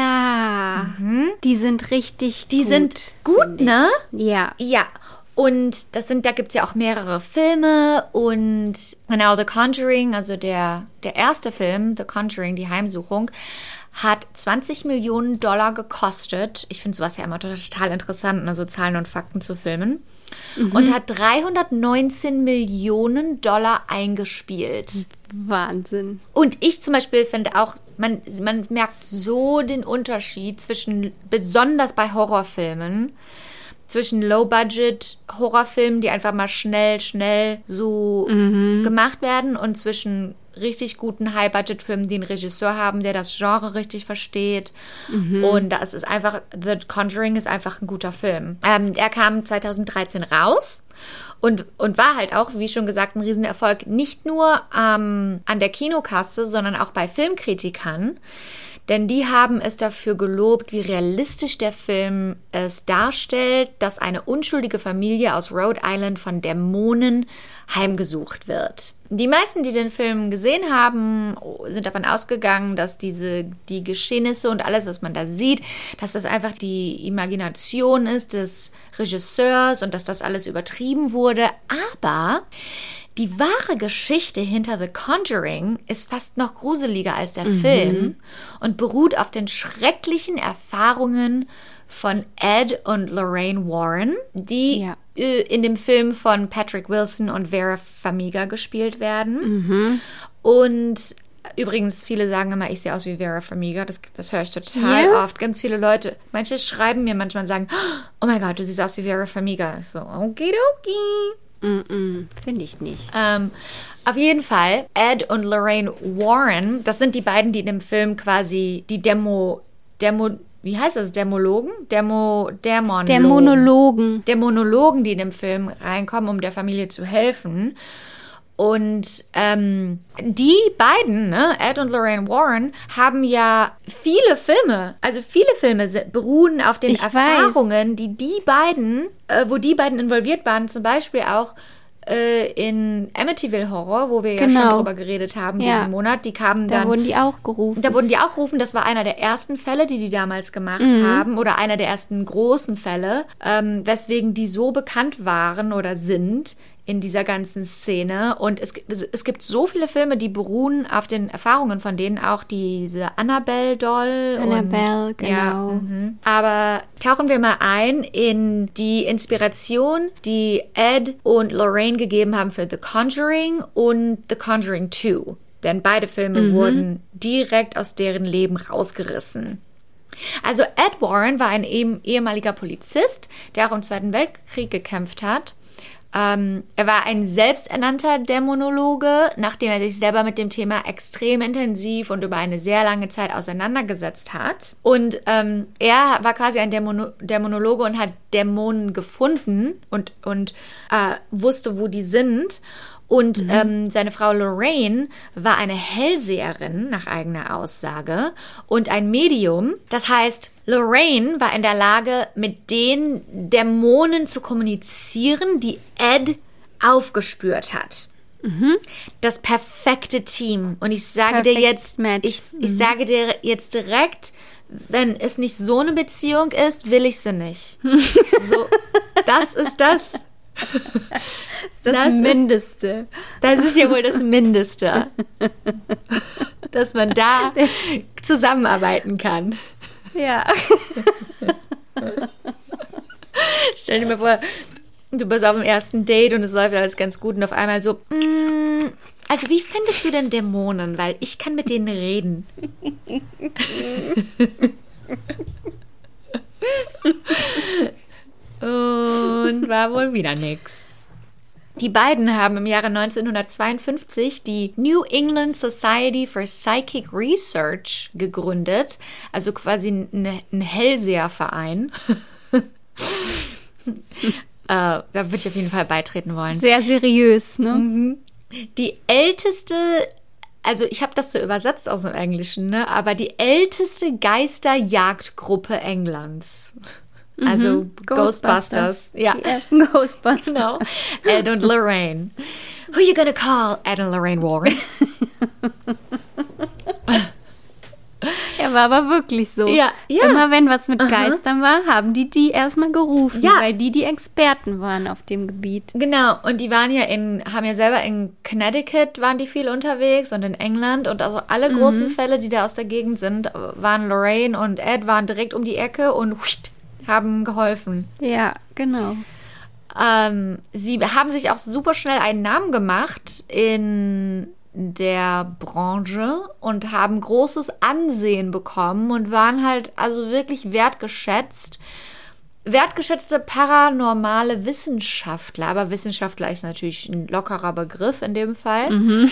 Ja, die sind richtig gut. Die sind gut, ne? Ja. Ja. Und da gibt es ja auch mehrere Filme und genau, The Conjuring, also der erste Film, The Conjuring, die Heimsuchung, hat $20 Millionen gekostet. Ich finde sowas ja immer total interessant, also Zahlen und Fakten zu filmen. Und hat $319 Millionen eingespielt. Wahnsinn. Und ich zum Beispiel finde auch, man merkt so den Unterschied besonders bei Horrorfilmen, zwischen Low-Budget-Horrorfilmen, die einfach mal schnell so gemacht werden und zwischen richtig guten High-Budget-Filmen, die einen Regisseur haben, der das Genre richtig versteht. Und das ist einfach, The Conjuring ist einfach ein guter Film. Er kam 2013 raus und war halt auch, wie schon gesagt, ein Riesenerfolg. Nicht nur an der Kinokasse, sondern auch bei Filmkritikern. Denn die haben es dafür gelobt, wie realistisch der Film es darstellt, dass eine unschuldige Familie aus Rhode Island von Dämonen heimgesucht wird. Die meisten, die den Film gesehen haben, sind davon ausgegangen, dass die Geschehnisse und alles, was man da sieht, dass das einfach die Imagination ist des Regisseurs und dass das alles übertrieben wurde. Aber die wahre Geschichte hinter The Conjuring ist fast noch gruseliger als der Film und beruht auf den schrecklichen Erfahrungen von Ed und Lorraine Warren, die in dem Film von Patrick Wilson und Vera Farmiga gespielt werden. Und übrigens, viele sagen immer, ich sehe aus wie Vera Farmiga. Das höre ich total oft. Ganz viele Leute, manche schreiben mir manchmal und sagen, oh mein Gott, du siehst aus wie Vera Farmiga. Ich so, okidoki. Finde ich nicht. Auf jeden Fall, Ed und Lorraine Warren, das sind die beiden, die in dem Film quasi die wie heißt das? Dämonologen, die in dem Film reinkommen, um der Familie zu helfen. Und die beiden, ne, Ed und Lorraine Warren, haben ja viele Filme beruhen auf den Erfahrungen, die beiden, wo die beiden involviert waren, zum Beispiel auch in Amityville Horror, wo wir ja schon drüber geredet haben diesen Monat. Die kamen dann. Da wurden die auch gerufen. Das war einer der ersten Fälle, die damals gemacht haben. Oder einer der ersten großen Fälle, weswegen die so bekannt waren oder sind in dieser ganzen Szene. Und es gibt so viele Filme, die beruhen auf den Erfahrungen von denen, auch diese Annabelle-Doll. Annabelle, genau. Ja, aber tauchen wir mal ein in die Inspiration, die Ed und Lorraine gegeben haben für The Conjuring und The Conjuring 2. Denn beide Filme wurden direkt aus deren Leben rausgerissen. Also Ed Warren war ein ehemaliger Polizist, der auch im Zweiten Weltkrieg gekämpft hat. Er war ein selbsternannter Dämonologe, nachdem er sich selber mit dem Thema extrem intensiv und über eine sehr lange Zeit auseinandergesetzt hat. Und er war quasi ein Dämonologe und hat Dämonen gefunden und wusste, wo die sind. Und seine Frau Lorraine war eine Hellseherin, nach eigener Aussage, und ein Medium. Das heißt, Lorraine war in der Lage, mit den Dämonen zu kommunizieren, die Ed aufgespürt hat. Das perfekte Team. Und ich sage dir jetzt, sage dir jetzt direkt, wenn es nicht so eine Beziehung ist, will ich sie nicht. So, das ist das. Das Mindeste. Das ist ja wohl das Mindeste, dass man da zusammenarbeiten kann. Ja. Stell dir mal vor, du bist auf dem ersten Date und es läuft alles ganz gut und auf einmal so, also wie findest du denn Dämonen? Weil ich kann mit denen reden. Und war wohl wieder nix. Die beiden haben im Jahre 1952 die New England Society for Psychic Research gegründet, also quasi ein Hellseherverein. Da würde ich auf jeden Fall beitreten wollen. Sehr seriös, ne? Die älteste, also ich habe das so übersetzt aus dem Englischen, ne? Aber die älteste Geisterjagdgruppe Englands. Also Ghostbusters. Ja. Die ersten Ghostbusters. Genau. Ed und Lorraine. Who you gonna call? Ed und Lorraine Warren. Ja, war aber wirklich so. Ja. Immer wenn was mit Geistern war, haben die erstmal gerufen, weil die Experten waren auf dem Gebiet. Genau, und die waren haben ja selber in Connecticut waren die viel unterwegs und in England und also alle großen Fälle, die da aus der Gegend sind, waren Lorraine und Ed waren direkt um die Ecke und haben geholfen. Ja, genau. Sie haben sich auch super schnell einen Namen gemacht in der Branche und haben großes Ansehen bekommen und waren halt also wirklich wertgeschätzte paranormale Wissenschaftler. Aber Wissenschaftler ist natürlich ein lockerer Begriff in dem Fall.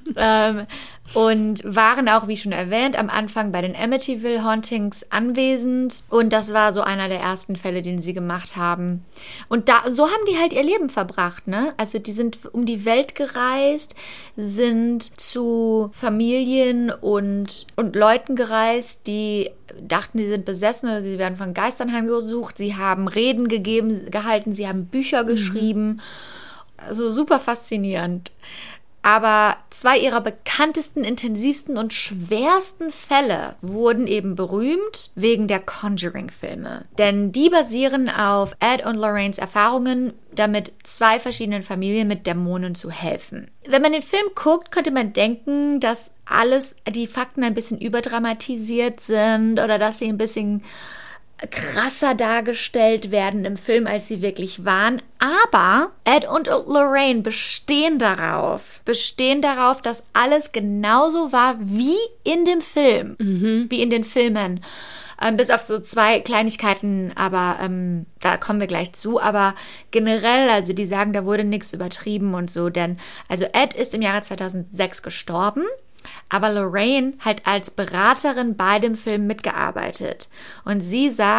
Und waren auch, wie schon erwähnt, am Anfang bei den Amityville Hauntings anwesend. Und das war so einer der ersten Fälle, den sie gemacht haben. Und so haben die halt ihr Leben verbracht, ne? Also die sind um die Welt gereist, sind zu Familien und Leuten gereist, die dachten, sie sind besessen oder sie werden von Geistern heimgesucht. Sie haben Reden gehalten, sie haben Bücher geschrieben. Also super faszinierend. Aber 2 ihrer bekanntesten, intensivsten und schwersten Fälle wurden eben berühmt wegen der Conjuring-Filme. Denn die basieren auf Ed und Lorraines Erfahrungen, damit 2 verschiedenen Familien mit Dämonen zu helfen. Wenn man den Film guckt, könnte man denken, dass die Fakten ein bisschen überdramatisiert sind oder dass sie ein bisschen krasser dargestellt werden im Film, als sie wirklich waren. Aber Ed und Lorraine bestehen darauf, dass alles genauso war wie in dem Film, wie in den Filmen. Bis auf so 2 Kleinigkeiten, aber da kommen wir gleich zu. Aber generell, also die sagen, da wurde nichts übertrieben und so. Denn also Ed ist im Jahre 2006 gestorben. Aber Lorraine hat als Beraterin bei dem Film mitgearbeitet. Und sie sagt,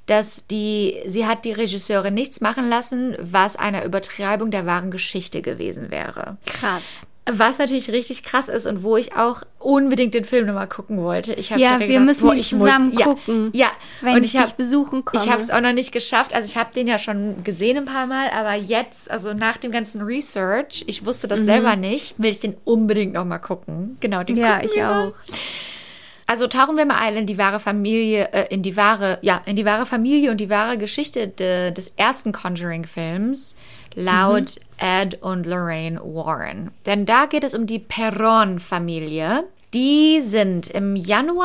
dass sie hat die Regisseurin nichts machen lassen, was eine Übertreibung der wahren Geschichte gewesen wäre. Krass. Was natürlich richtig krass ist und wo ich auch unbedingt den Film nochmal gucken wollte. Wir müssen ihn zusammen gucken, ja. wenn ich dich besuchen komme. Ich habe es auch noch nicht geschafft. Also ich habe den ja schon gesehen ein paar Mal, aber jetzt, also nach dem ganzen Research, ich wusste das selber nicht, will ich den unbedingt nochmal gucken. Genau, den gucken ich wir. auch. Also tauchen wir mal ein in die wahre Familie, in die wahre Familie und die wahre Geschichte des ersten Conjuring-Films laut Ed und Lorraine Warren. Denn da geht es um die Perron-Familie. Die sind im Januar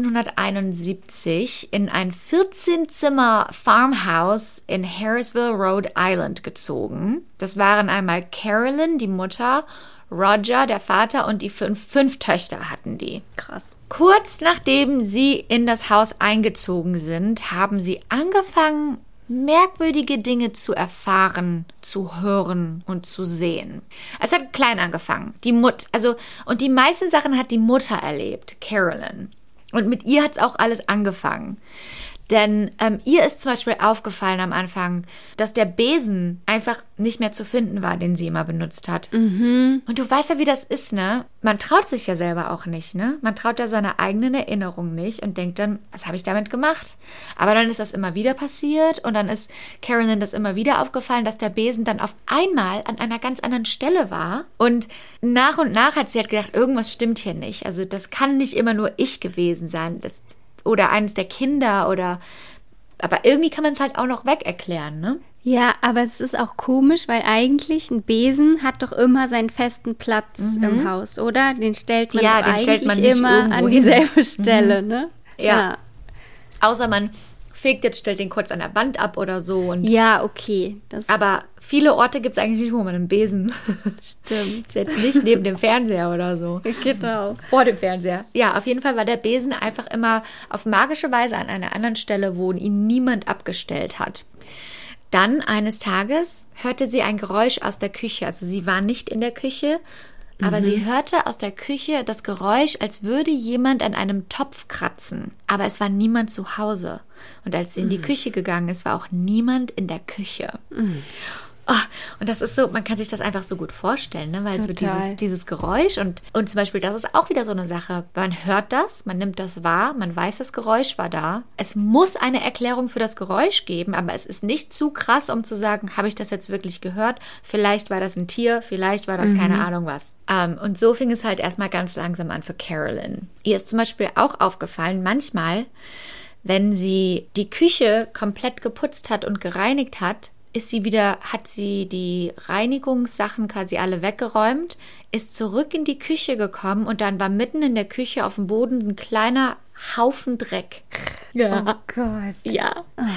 1971 in ein 14-Zimmer-Farmhouse in Harrisville, Rhode Island gezogen. Das waren einmal Carolyn, die Mutter, Roger, der Vater, und die fünf Töchter hatten die. Krass. Kurz nachdem sie in das Haus eingezogen sind, haben sie angefangen, merkwürdige Dinge zu erfahren, zu hören und zu sehen. Es hat klein angefangen. Und die meisten Sachen hat die Mutter erlebt, Carolyn. Und mit ihr hat es auch alles angefangen. Denn ihr ist zum Beispiel aufgefallen am Anfang, dass der Besen einfach nicht mehr zu finden war, den sie immer benutzt hat. Und du weißt ja, wie das ist, ne? Man traut sich ja selber auch nicht, ne? Man traut ja seiner eigenen Erinnerung nicht und denkt dann, was habe ich damit gemacht? Aber dann ist das immer wieder passiert und dann ist Carolyn das immer wieder aufgefallen, dass der Besen dann auf einmal an einer ganz anderen Stelle war. Und nach hat sie halt gedacht, irgendwas stimmt hier nicht. Also das kann nicht immer nur ich gewesen sein. Oder eines der Kinder aber irgendwie kann man es halt auch noch weg erklären, ne? Ja, aber es ist auch komisch, weil eigentlich ein Besen hat doch immer seinen festen Platz im Haus, oder? Den stellt man nicht immer an dieselbe Stelle, ne? Ja. Außer man fegt stellt den kurz an der Wand ab oder so. Und ja, okay. Aber viele Orte gibt es eigentlich nicht, wo man einen Besen. Stimmt. Ist jetzt nicht neben dem Fernseher oder so. Genau. Vor dem Fernseher. Ja, auf jeden Fall war der Besen einfach immer auf magische Weise an einer anderen Stelle, wo ihn niemand abgestellt hat. Dann eines Tages hörte sie ein Geräusch aus der Küche. Also sie war nicht in der Küche, aber sie hörte aus der Küche das Geräusch, als würde jemand an einem Topf kratzen. Aber es war niemand zu Hause. Und als sie in die Küche gegangen ist, war auch niemand in der Küche. Oh, und das ist so, man kann sich das einfach so gut vorstellen, ne? Weil es wird dieses Geräusch und zum Beispiel, das ist auch wieder so eine Sache. Man hört das, man nimmt das wahr, man weiß, das Geräusch war da. Es muss eine Erklärung für das Geräusch geben, aber es ist nicht zu krass, um zu sagen, habe ich das jetzt wirklich gehört? Vielleicht war das ein Tier, vielleicht war das keine Ahnung was. Und so fing es halt erstmal ganz langsam an für Carolyn. Ihr ist zum Beispiel auch aufgefallen, manchmal, wenn sie die Küche komplett geputzt hat und gereinigt hat, hat sie die Reinigungssachen quasi alle weggeräumt, ist zurück in die Küche gekommen und dann war mitten in der Küche auf dem Boden ein kleiner Haufen Dreck. Ja. Oh Gott. Ja.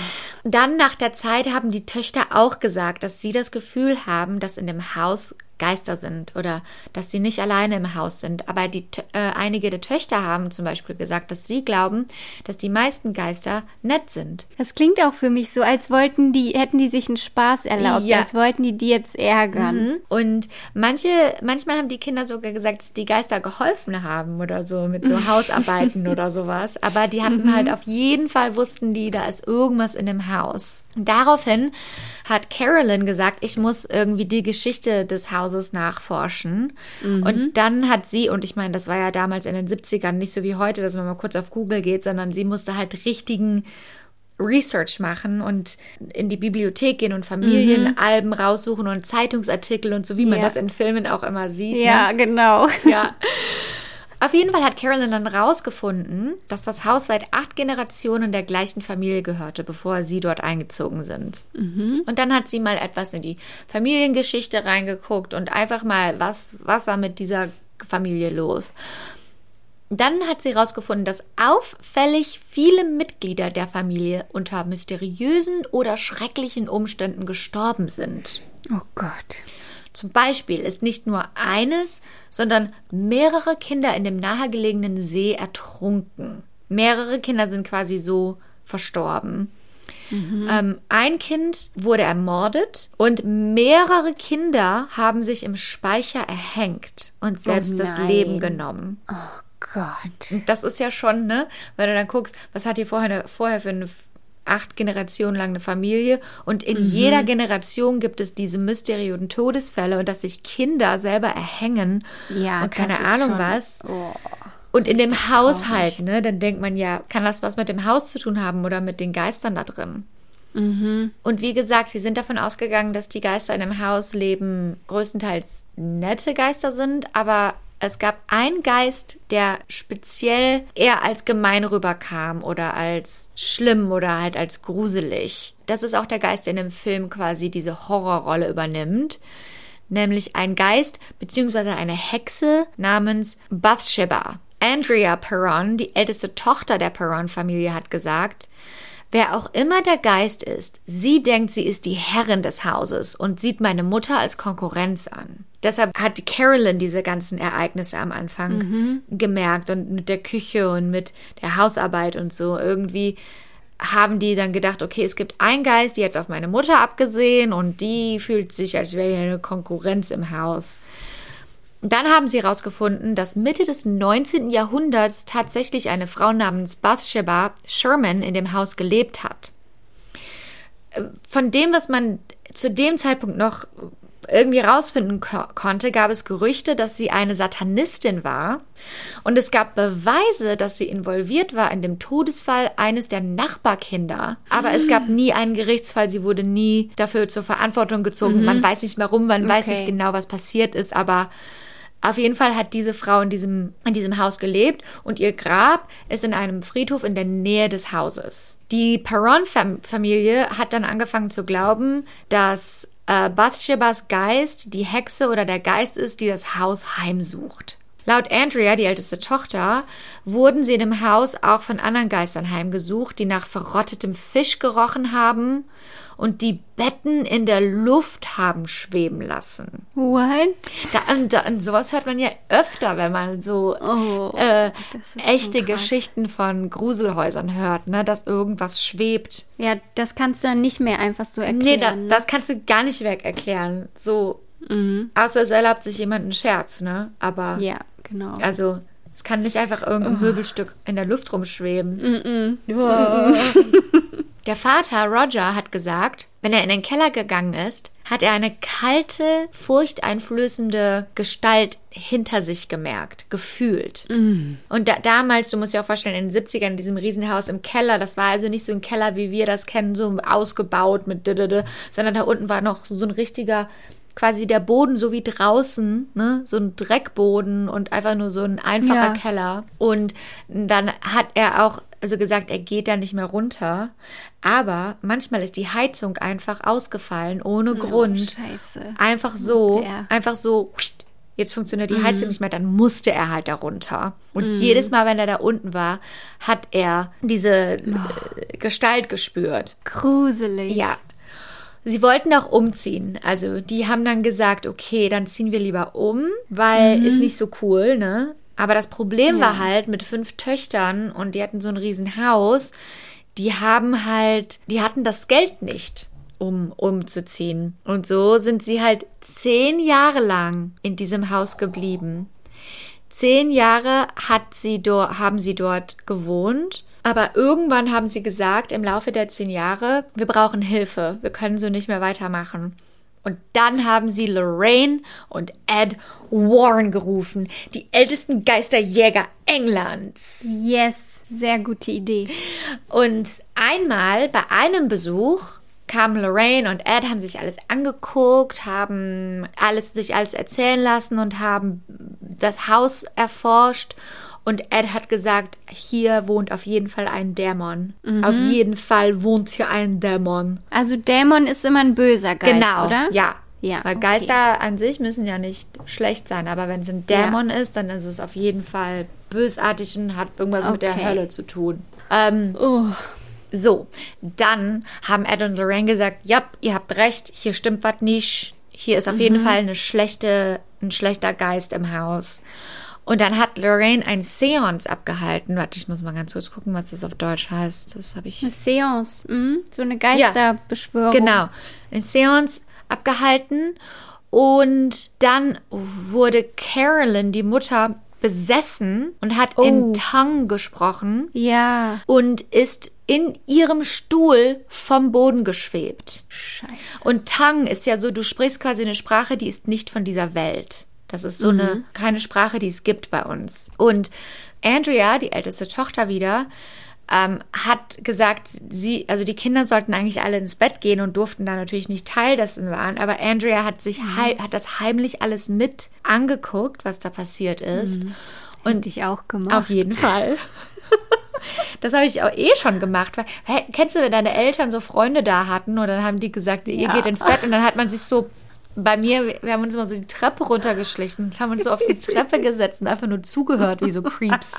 Dann nach der Zeit haben die Töchter auch gesagt, dass sie das Gefühl haben, dass in dem Haus Geister sind oder dass sie nicht alleine im Haus sind. Aber einige der Töchter haben zum Beispiel gesagt, dass sie glauben, dass die meisten Geister nett sind. Das klingt auch für mich so, als hätten die sich einen Spaß erlaubt, als wollten die jetzt ärgern. Und manchmal haben die Kinder sogar gesagt, dass die Geister geholfen haben oder so mit so Hausarbeiten oder sowas. Aber die hatten halt auf jeden Fall, wussten die, da ist irgendwas in dem Haus. Und daraufhin hat Carolyn gesagt, ich muss irgendwie die Geschichte des Hauses nachforschen. Und dann hat sie, und ich meine, das war ja damals in den 70ern nicht so wie heute, dass man mal kurz auf Google geht, sondern sie musste halt richtigen Research machen und in die Bibliothek gehen und Familienalben raussuchen und Zeitungsartikel und so, wie man das in Filmen auch immer sieht. Ja, ne? genau. Ja. Auf jeden Fall hat Carolyn dann rausgefunden, dass das Haus seit 8 Generationen der gleichen Familie gehörte, bevor sie dort eingezogen sind. Und dann hat sie mal etwas in die Familiengeschichte reingeguckt und einfach mal, was war mit dieser Familie los? Dann hat sie herausgefunden, dass auffällig viele Mitglieder der Familie unter mysteriösen oder schrecklichen Umständen gestorben sind. Oh Gott. Zum Beispiel ist nicht nur eines, sondern mehrere Kinder in dem nahegelegenen See ertrunken. Mehrere Kinder sind quasi so verstorben. Ein Kind wurde ermordet und mehrere Kinder haben sich im Speicher erhängt und selbst das Leben genommen. Oh Gott. Und das ist ja schon, ne? Wenn du dann guckst, was hat die vorher für eine 8 Generationen lang eine Familie und in jeder Generation gibt es diese mysteriösen Todesfälle und dass sich Kinder selber erhängen und keine Ahnung was. Oh. Und in dem Haushalt, ne, dann denkt man ja, kann das was mit dem Haus zu tun haben oder mit den Geistern da drin? Und wie gesagt, sie sind davon ausgegangen, dass die Geister in dem Haus leben, größtenteils nette Geister sind, aber es gab einen Geist, der speziell eher als gemein rüberkam oder als schlimm oder halt als gruselig. Das ist auch der Geist, der in dem Film quasi diese Horrorrolle übernimmt. Nämlich ein Geist bzw. eine Hexe namens Bathsheba. Andrea Perron, die älteste Tochter der Perron-Familie, hat gesagt, wer auch immer der Geist ist, sie denkt, sie ist die Herrin des Hauses und sieht meine Mutter als Konkurrenz an. Deshalb hat die Carolyn diese ganzen Ereignisse am Anfang gemerkt und mit der Küche und mit der Hausarbeit und so. Irgendwie haben die dann gedacht, okay, es gibt einen Geist, die hat auf meine Mutter abgesehen und die fühlt sich, als wäre hier eine Konkurrenz im Haus. Dann haben sie herausgefunden, dass Mitte des 19. Jahrhunderts tatsächlich eine Frau namens Bathsheba Sherman in dem Haus gelebt hat. Von dem, was man zu dem Zeitpunkt noch irgendwie rausfinden konnte, gab es Gerüchte, dass sie eine Satanistin war. Und es gab Beweise, dass sie involviert war in dem Todesfall eines der Nachbarkinder. Aber es gab nie einen Gerichtsfall. Sie wurde nie dafür zur Verantwortung gezogen. Man weiß nicht warum, man weiß nicht genau, was passiert ist. Aber auf jeden Fall hat diese Frau in diesem Haus gelebt und ihr Grab ist in einem Friedhof in der Nähe des Hauses. Die Perron-Familie hat dann angefangen zu glauben, dass Bathshebas Geist die Hexe oder der Geist ist, die das Haus heimsucht. Laut Andrea, die älteste Tochter, wurden sie in dem Haus auch von anderen Geistern heimgesucht, die nach verrottetem Fisch gerochen haben und die Betten in der Luft haben schweben lassen. What? Und sowas hört man ja öfter, wenn man so echte Geschichten von Gruselhäusern hört, ne, dass irgendwas schwebt. Ja, das kannst du dann nicht mehr einfach so erklären. Nee, das kannst du gar nicht weg erklären. So, außer es erlaubt sich jemand einen Scherz, ne? Aber ja, genau. Also, es kann nicht einfach irgendein Möbelstück in der Luft rumschweben. Der Vater, Roger, hat gesagt, wenn er in den Keller gegangen ist, hat er eine kalte, furchteinflößende Gestalt hinter sich gefühlt. Und damals, du musst dir auch vorstellen, in den 70ern in diesem Riesenhaus im Keller, das war also nicht so ein Keller, wie wir das kennen, so ausgebaut mit sondern da unten war noch so ein richtiger, quasi der Boden so wie draußen, ne? So ein Dreckboden und einfach nur so ein einfacher Keller. Und dann hat er auch gesagt, er geht da nicht mehr runter. Aber manchmal ist die Heizung einfach ausgefallen, ohne Grund. Scheiße. Einfach so, jetzt funktioniert die Heizung nicht mehr, dann musste er halt da runter. Und jedes Mal, wenn er da unten war, hat er diese Gestalt gespürt. Gruselig. Ja. Sie wollten auch umziehen. Also die haben dann gesagt, okay, dann ziehen wir lieber um, weil ist nicht so cool, ne? Aber das Problem war halt mit 5 Töchtern und die hatten so ein Riesenhaus, die hatten das Geld nicht, um umzuziehen. Und so sind sie halt 10 Jahre lang in diesem Haus geblieben. 10 Jahre haben sie dort gewohnt. Aber irgendwann haben sie gesagt, im Laufe der 10 Jahre, wir brauchen Hilfe, wir können so nicht mehr weitermachen. Und dann haben sie Lorraine und Ed Warren gerufen, die ältesten Geisterjäger Englands. Yes, sehr gute Idee. Und einmal bei einem Besuch kamen Lorraine und Ed, haben sich alles angeguckt, haben sich alles erzählen lassen und haben das Haus erforscht. Und Ed hat gesagt, hier wohnt auf jeden Fall ein Dämon. Auf jeden Fall wohnt hier ein Dämon. Also Dämon ist immer ein böser Geist, genau, oder? Ja. Okay. Weil Geister an sich müssen ja nicht schlecht sein, aber wenn es ein Dämon ist, dann ist es auf jeden Fall bösartig und hat irgendwas mit der Hölle zu tun. So, dann haben Ed und Lorraine gesagt, ja, ihr habt recht, hier stimmt was nicht. Hier ist auf jeden Fall ein schlechter Geist im Haus. Und dann hat Lorraine ein Seance abgehalten. Warte, ich muss mal ganz kurz gucken, was das auf Deutsch heißt. Das habe ich. Eine Seance, so eine Geisterbeschwörung. Ja, genau, eine Seance abgehalten. Und dann wurde Carolyn, die Mutter, besessen und hat in Tongue gesprochen. Ja. Und ist in ihrem Stuhl vom Boden geschwebt. Scheiße. Und Tang ist ja so, du sprichst quasi eine Sprache, die ist nicht von dieser Welt. Das ist so keine Sprache, die es gibt bei uns. Und Andrea, die älteste Tochter wieder, hat gesagt, also die Kinder sollten eigentlich alle ins Bett gehen und durften da natürlich nicht Teil dessen sein. Aber Andrea hat das heimlich alles mit angeguckt, was da passiert ist. Und ich auch gemacht. Auf jeden Fall. Das habe ich auch schon gemacht. Weil, kennst du, wenn deine Eltern so Freunde da hatten und dann haben die gesagt, ihr geht ins Bett und dann hat man sich so, bei mir, wir haben uns immer so die Treppe runtergeschlichen und haben uns so auf die Treppe gesetzt und einfach nur zugehört, wie so Creeps.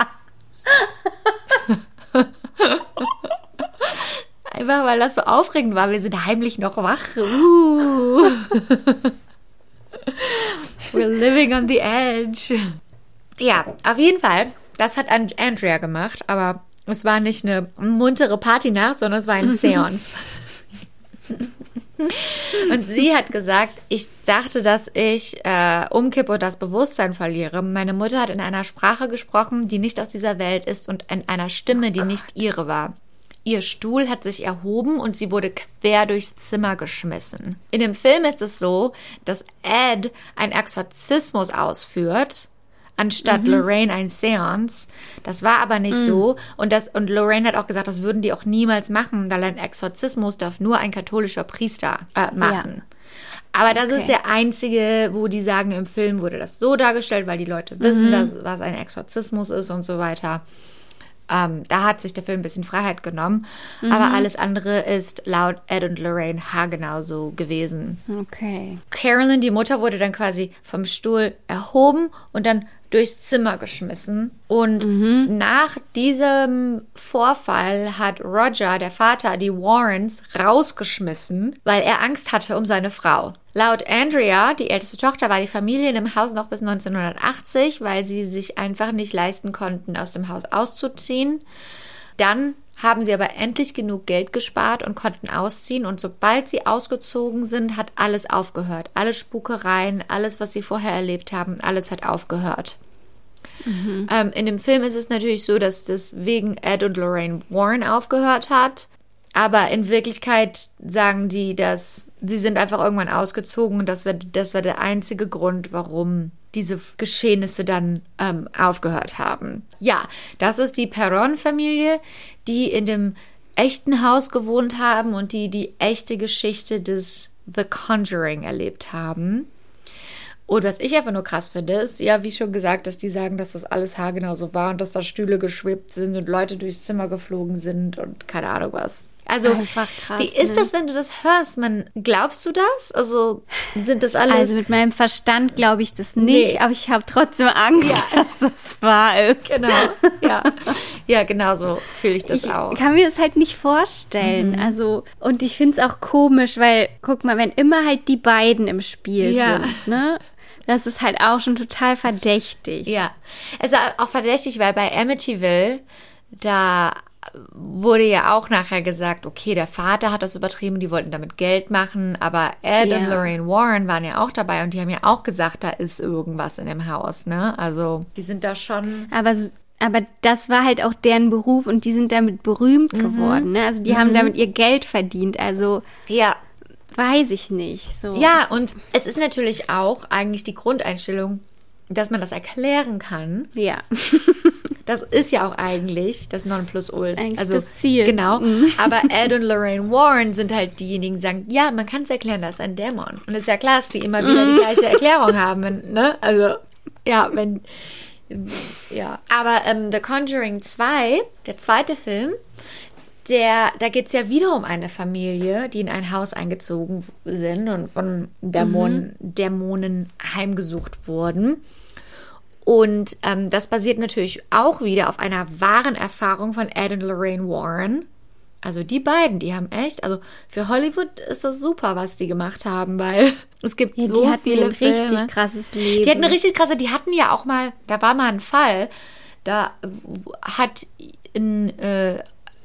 Einfach, weil das so aufregend war. Wir sind heimlich noch wach. We're living on the edge. Ja, auf jeden Fall. Das hat Andrea gemacht, aber es war nicht eine muntere Partynacht, sondern es war eine Seance. Und sie hat gesagt, ich dachte, dass ich umkippe und das Bewusstsein verliere. Meine Mutter hat in einer Sprache gesprochen, die nicht aus dieser Welt ist und in einer Stimme, die nicht ihre war. Ihr Stuhl hat sich erhoben und sie wurde quer durchs Zimmer geschmissen. In dem Film ist es so, dass Ed einen Exorzismus ausführt, anstatt Lorraine ein Seance. Das war aber nicht so. Und Lorraine hat auch gesagt, das würden die auch niemals machen, weil ein Exorzismus darf nur ein katholischer Priester machen. Ja. Aber das ist der einzige, wo die sagen, im Film wurde das so dargestellt, weil die Leute wissen, was ein Exorzismus ist und so weiter. Da hat sich der Film ein bisschen Freiheit genommen. Aber alles andere ist laut Ed und Lorraine haargenau so gewesen. Okay. Carolyn, die Mutter, wurde dann quasi vom Stuhl erhoben und dann durchs Zimmer geschmissen. Und nach diesem Vorfall hat Roger, der Vater, die Warrens rausgeschmissen, weil er Angst hatte um seine Frau. Laut Andrea, die älteste Tochter, war die Familie in dem Haus noch bis 1980, weil sie sich einfach nicht leisten konnten, aus dem Haus auszuziehen. Dann haben sie aber endlich genug Geld gespart und konnten ausziehen. Und sobald sie ausgezogen sind, hat alles aufgehört. Alle Spukereien, alles, was sie vorher erlebt haben, alles hat aufgehört. In dem Film ist es natürlich so, dass das wegen Ed und Lorraine Warren aufgehört hat. Aber in Wirklichkeit sagen die, dass sie sind einfach irgendwann ausgezogen und das war der einzige Grund, warum diese Geschehnisse dann aufgehört haben. Ja, das ist die Perron-Familie, die in dem echten Haus gewohnt haben und die echte Geschichte des The Conjuring erlebt haben. Und was ich einfach nur krass finde, ist, ja, wie schon gesagt, dass die sagen, dass das alles haargenau so war und dass da Stühle geschwebt sind und Leute durchs Zimmer geflogen sind und keine Ahnung was. Also, einfach krass, wie ist das, wenn du das hörst? Glaubst du das? Also, sind das alles... Also, mit meinem Verstand glaube ich das nicht, aber ich habe trotzdem Angst, dass das wahr ist. Genau, ja. Ja, genau so fühle ich das auch. Ich kann mir das halt nicht vorstellen. Also, und ich finde es auch komisch, weil, guck mal, wenn immer halt die beiden im Spiel sind, ne? Das ist halt auch schon total verdächtig. Ja, es ist auch verdächtig, weil bei Amityville, da wurde ja auch nachher gesagt, okay, der Vater hat das übertrieben, die wollten damit Geld machen, aber Ed und Lorraine Warren waren ja auch dabei und die haben ja auch gesagt, da ist irgendwas in dem Haus, ne? Also, die sind da schon... Aber das war halt auch deren Beruf und die sind damit berühmt geworden, ne? Also, die haben damit ihr Geld verdient, also... Ja. Weiß ich nicht. So. Ja, und es ist natürlich auch eigentlich die Grundeinstellung, dass man das erklären kann. Ja. Das ist ja auch eigentlich das Nonplusultra. Eigentlich also das Ziel. Genau. Aber Ed und Lorraine Warren sind halt diejenigen, die sagen, ja, man kann es erklären, das ist ein Dämon. Und es ist ja klar, dass die immer wieder die gleiche Erklärung haben, ne? Also, ja, ja. Aber The Conjuring 2, der zweite Film, da geht es ja wieder um eine Familie, die in ein Haus eingezogen sind und von Dämonen heimgesucht wurden. Und das basiert natürlich auch wieder auf einer wahren Erfahrung von Ed und Lorraine Warren. Also die beiden, die haben echt, also für Hollywood ist das super, was die gemacht haben, weil es gibt so viele Filme. Die hatten ein richtig krasses Leben. Die hatten eine richtig krasse, die hatten ja auch mal, da war mal ein Fall, da hat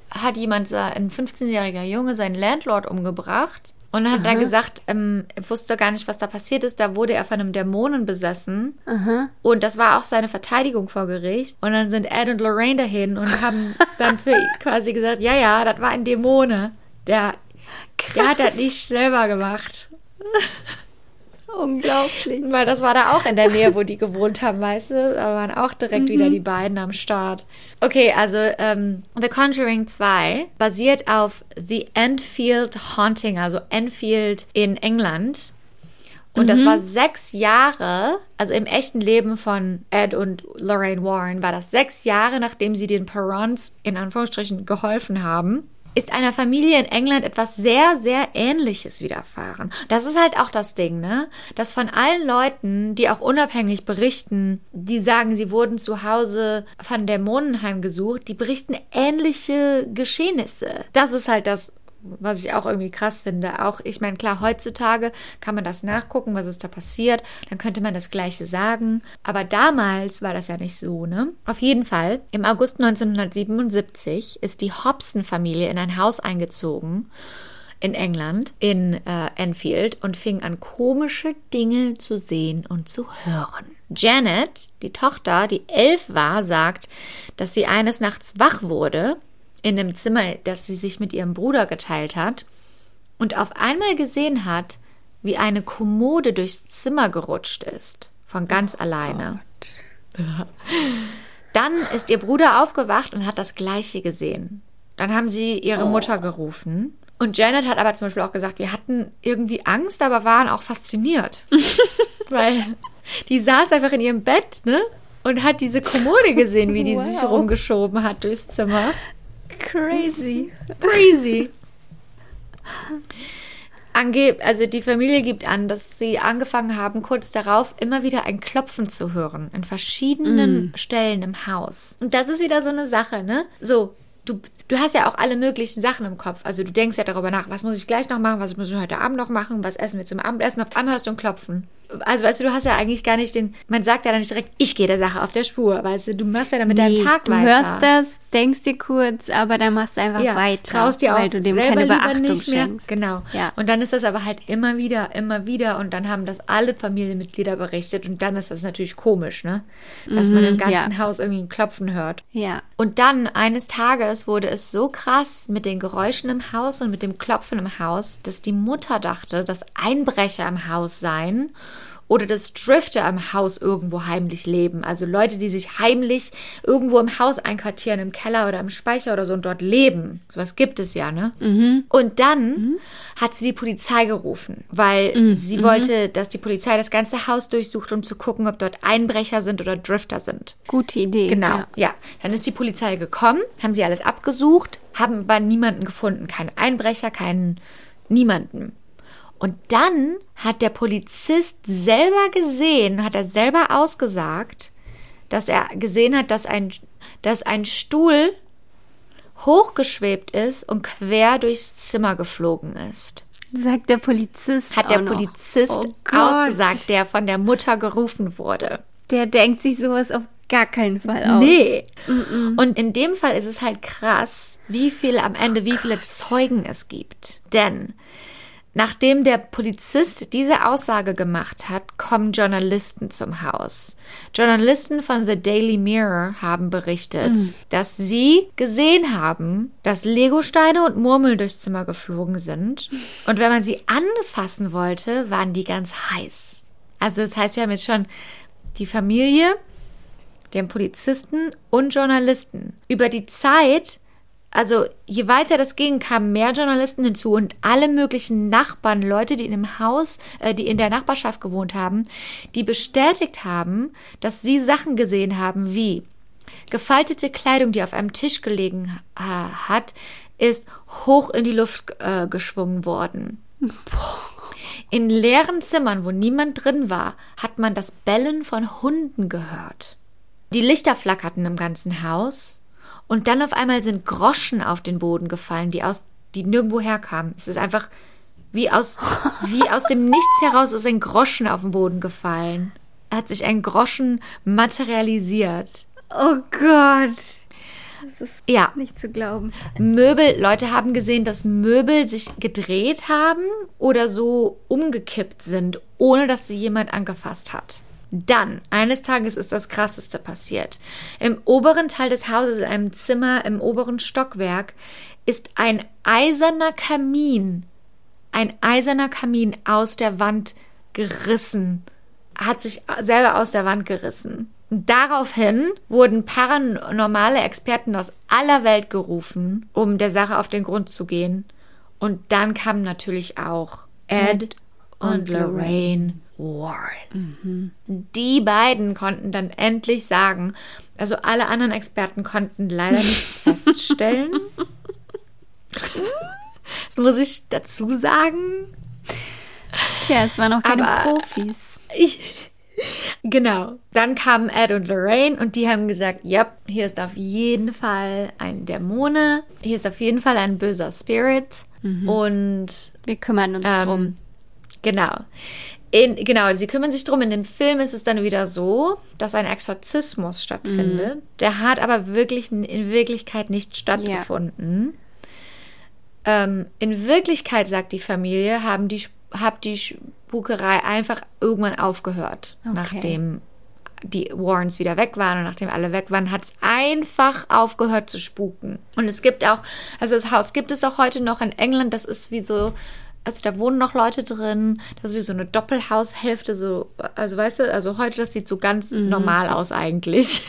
hat jemand, ein 15-jähriger Junge, seinen Landlord umgebracht. Und dann hat er gesagt, er wusste gar nicht, was da passiert ist. Da wurde er von einem Dämonen besessen. Und das war auch seine Verteidigung vor Gericht. Und dann sind Ed und Lorraine dahin und haben dann für ihn quasi gesagt, ja, das war ein Dämone. Der hat das nicht selber gemacht. Unglaublich. Weil das war da auch in der Nähe, wo die gewohnt haben, weißt du? Da waren auch direkt wieder die beiden am Start. Okay, also The Conjuring 2 basiert auf The Enfield Haunting, also Enfield in England. Und das war 6 Jahre, also im echten Leben von Ed und Lorraine Warren, war das 6 Jahre, nachdem sie den Perrons in Anführungsstrichen geholfen haben, ist einer Familie in England etwas sehr, sehr Ähnliches widerfahren. Das ist halt auch das Ding, ne? Dass von allen Leuten, die auch unabhängig berichten, die sagen, sie wurden zu Hause von Dämonen heimgesucht, die berichten ähnliche Geschehnisse. Das ist halt das, was ich auch irgendwie krass finde. Auch, ich meine, klar, heutzutage kann man das nachgucken, was ist da passiert. Dann könnte man das Gleiche sagen. Aber damals war das ja nicht so, ne? Auf jeden Fall, im August 1977 ist die Hobson-Familie in ein Haus eingezogen in England, in Enfield, und fing an, komische Dinge zu sehen und zu hören. Janet, die Tochter, die 11 war, sagt, dass sie eines Nachts wach wurde in dem Zimmer, das sie sich mit ihrem Bruder geteilt hat, und auf einmal gesehen hat, wie eine Kommode durchs Zimmer gerutscht ist. Von ganz alleine. Dann ist ihr Bruder aufgewacht und hat das Gleiche gesehen. Dann haben sie ihre Mutter gerufen. Und Janet hat aber zum Beispiel auch gesagt, wir hatten irgendwie Angst, aber waren auch fasziniert. Weil die saß einfach in ihrem Bett, ne? Und hat diese Kommode gesehen, wie die sich rumgeschoben hat durchs Zimmer. Crazy. Also die Familie gibt an, dass sie angefangen haben, kurz darauf immer wieder ein Klopfen zu hören, an verschiedenen Stellen im Haus. Und das ist wieder so eine Sache, ne? So, du hast ja auch alle möglichen Sachen im Kopf. Also du denkst ja darüber nach, was muss ich gleich noch machen, was muss ich heute Abend noch machen, was essen wir zum Abendessen. Auf einmal hörst du ein Klopfen. Also weißt du hast ja eigentlich gar nicht man sagt ja dann nicht direkt, ich gehe der Sache auf der Spur, weißt du machst ja dann mit deinem Tag weiter. Du hörst das, denkst dir kurz, aber dann machst du einfach weiter. Traust dir auch weil du dem selber keine lieber Beachtung nicht mehr. schenkst. Genau. Ja. Und dann ist das aber halt immer wieder und dann haben das alle Familienmitglieder berichtet und dann ist das natürlich komisch, ne? Dass man im ganzen Haus irgendwie ein Klopfen hört. Ja. Und dann eines Tages wurde es so krass mit den Geräuschen im Haus und mit dem Klopfen im Haus, dass die Mutter dachte, dass Einbrecher im Haus seien oder dass Drifter im Haus irgendwo heimlich leben. Also Leute, die sich heimlich irgendwo im Haus einquartieren, im Keller oder im Speicher oder so und dort leben. Sowas gibt es ja, ne? Und dann hat sie die Polizei gerufen, weil sie wollte, dass die Polizei das ganze Haus durchsucht, um zu gucken, ob dort Einbrecher sind oder Drifter sind. Gute Idee. Genau, ja. Dann ist die Polizei gekommen, haben sie alles abgesucht, haben aber niemanden gefunden. Keinen Einbrecher, niemanden. Und dann hat der Polizist selber gesehen, hat er selber ausgesagt, dass er gesehen hat, dass ein Stuhl hochgeschwebt ist und quer durchs Zimmer geflogen ist. Sagt der Polizist. Hat der Polizist ausgesagt, der von der Mutter gerufen wurde. Der denkt sich sowas auf gar keinen Fall aus. Nee. Und in dem Fall ist es halt krass, wie viele Zeugen es gibt. Denn nachdem der Polizist diese Aussage gemacht hat, kommen Journalisten zum Haus. Journalisten von The Daily Mirror haben berichtet, dass sie gesehen haben, dass Legosteine und Murmeln durchs Zimmer geflogen sind. Und wenn man sie anfassen wollte, waren die ganz heiß. Also das heißt, wir haben jetzt schon die Familie, den Polizisten und Journalisten. Über die Zeit, also je weiter das ging, kamen mehr Journalisten hinzu und alle möglichen Nachbarn, Leute, die in dem Haus, die in der Nachbarschaft gewohnt haben, die bestätigt haben, dass sie Sachen gesehen haben wie gefaltete Kleidung, die auf einem Tisch gelegen hat, ist hoch in die Luft geschwungen worden. In leeren Zimmern, wo niemand drin war, hat man das Bellen von Hunden gehört. Die Lichter flackerten im ganzen Haus. Und dann auf einmal sind Groschen auf den Boden gefallen, die nirgendwo herkamen. Es ist einfach wie aus dem Nichts heraus ist ein Groschen auf den Boden gefallen. Hat sich ein Groschen materialisiert. Oh Gott. Das ist Ja. nicht zu glauben. Möbel, Leute haben gesehen, dass Möbel sich gedreht haben oder so umgekippt sind, ohne dass sie jemand angefasst hat. Dann, eines Tages ist das Krasseste passiert. Im oberen Teil des Hauses, in einem Zimmer im oberen Stockwerk, ist ein eiserner Kamin aus der Wand gerissen, hat sich selber aus der Wand gerissen. Daraufhin wurden paranormale Experten aus aller Welt gerufen, um der Sache auf den Grund zu gehen. Und dann kamen natürlich auch Ed und Lorraine Warren. Die beiden konnten dann endlich sagen, also alle anderen Experten konnten leider nichts feststellen. Das muss ich dazu sagen. Tja, es waren auch keine Profis. Genau. Dann kamen Ed und Lorraine und die haben gesagt, ja, hier ist auf jeden Fall ein Dämone, hier ist auf jeden Fall ein böser Spirit und wir kümmern uns drum. Genau. Genau, sie kümmern sich drum. In dem Film ist es dann wieder so, dass ein Exorzismus stattfindet. Der hat aber in Wirklichkeit nicht stattgefunden. Ja. In Wirklichkeit, sagt die Familie, hat die Spukerei einfach irgendwann aufgehört. Okay. Nachdem die Warrens wieder weg waren und nachdem alle weg waren, hat es einfach aufgehört zu spuken. Und es gibt auch, also das Haus gibt es auch heute noch in England, das ist wie so, also da wohnen noch Leute drin, das ist wie so eine Doppelhaushälfte, so, also weißt du, also heute, das sieht so ganz normal aus eigentlich.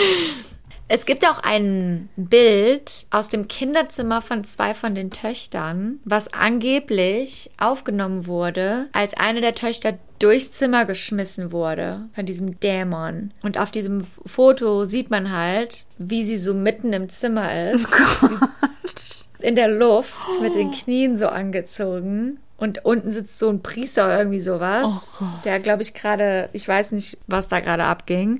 Es gibt auch ein Bild aus dem Kinderzimmer von 2 von den Töchtern, was angeblich aufgenommen wurde, als eine der Töchter durchs Zimmer geschmissen wurde von diesem Dämon. Und auf diesem Foto sieht man halt, wie sie so mitten im Zimmer ist. Oh Gott. In der Luft, mit den Knien so angezogen. Und unten sitzt so ein Priester oder irgendwie sowas. Oh, der, glaube ich, gerade, ich weiß nicht, was da gerade abging.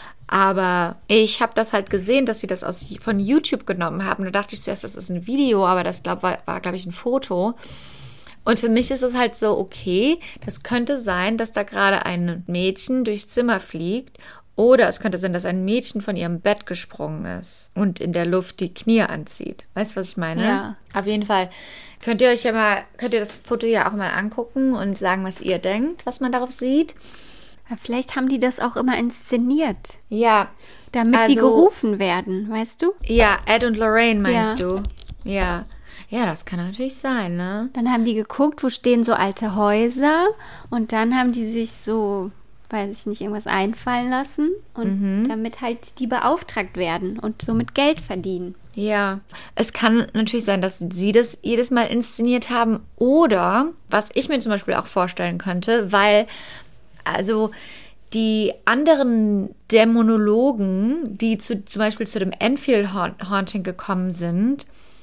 Aber ich habe das halt gesehen, dass sie das von YouTube genommen haben. Da dachte ich zuerst, das ist ein Video, aber das war glaube ich, ein Foto. Und für mich ist es halt so, okay, das könnte sein, dass da gerade ein Mädchen durchs Zimmer fliegt. Oder es könnte sein, dass ein Mädchen von ihrem Bett gesprungen ist und in der Luft die Knie anzieht. Weißt du, was ich meine? Ja. Auf jeden Fall könnt ihr das Foto ja auch mal angucken und sagen, was ihr denkt, was man darauf sieht. Vielleicht haben die das auch immer inszeniert. Ja. Damit die gerufen werden, weißt du? Ja, Ed und Lorraine meinst du? Ja. Ja, das kann natürlich sein, ne? Dann haben die geguckt, wo stehen so alte Häuser und dann haben die sich so, weiß ich nicht, irgendwas einfallen lassen und damit halt die beauftragt werden und somit Geld verdienen. Ja, es kann natürlich sein, dass sie das jedes Mal inszeniert haben oder, was ich mir zum Beispiel auch vorstellen könnte, weil also die anderen Dämonologen, die zum Beispiel zu dem Enfield-Haunting gekommen sind,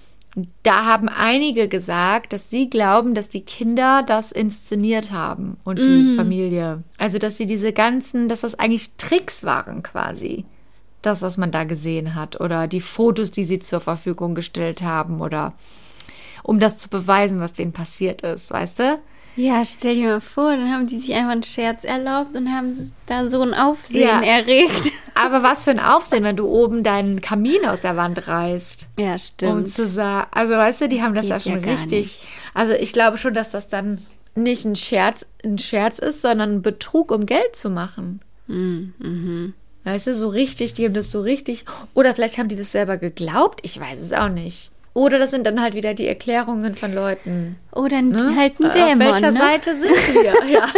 da haben einige gesagt, dass sie glauben, dass die Kinder das inszeniert haben und die Familie. Also, dass sie dass das eigentlich Tricks waren quasi. Das, was man da gesehen hat. Oder die Fotos, die sie zur Verfügung gestellt haben. Oder um das zu beweisen, was denen passiert ist, weißt du? Ja, stell dir mal vor, dann haben die sich einfach einen Scherz erlaubt und haben da so ein Aufsehen erregt. Aber was für ein Aufsehen, wenn du oben deinen Kamin aus der Wand reißt. Ja, stimmt. Um zu sagen, also weißt du, die haben das ja schon richtig. Also ich glaube schon, dass das dann nicht ein Scherz ist, sondern ein Betrug, um Geld zu machen. Weißt du, so richtig, die haben das so richtig. Oder vielleicht haben die das selber geglaubt, ich weiß es auch nicht. Oder das sind dann halt wieder die Erklärungen von Leuten. Oder halt ein Dämon. Auf welcher Seite sind wir? Ja.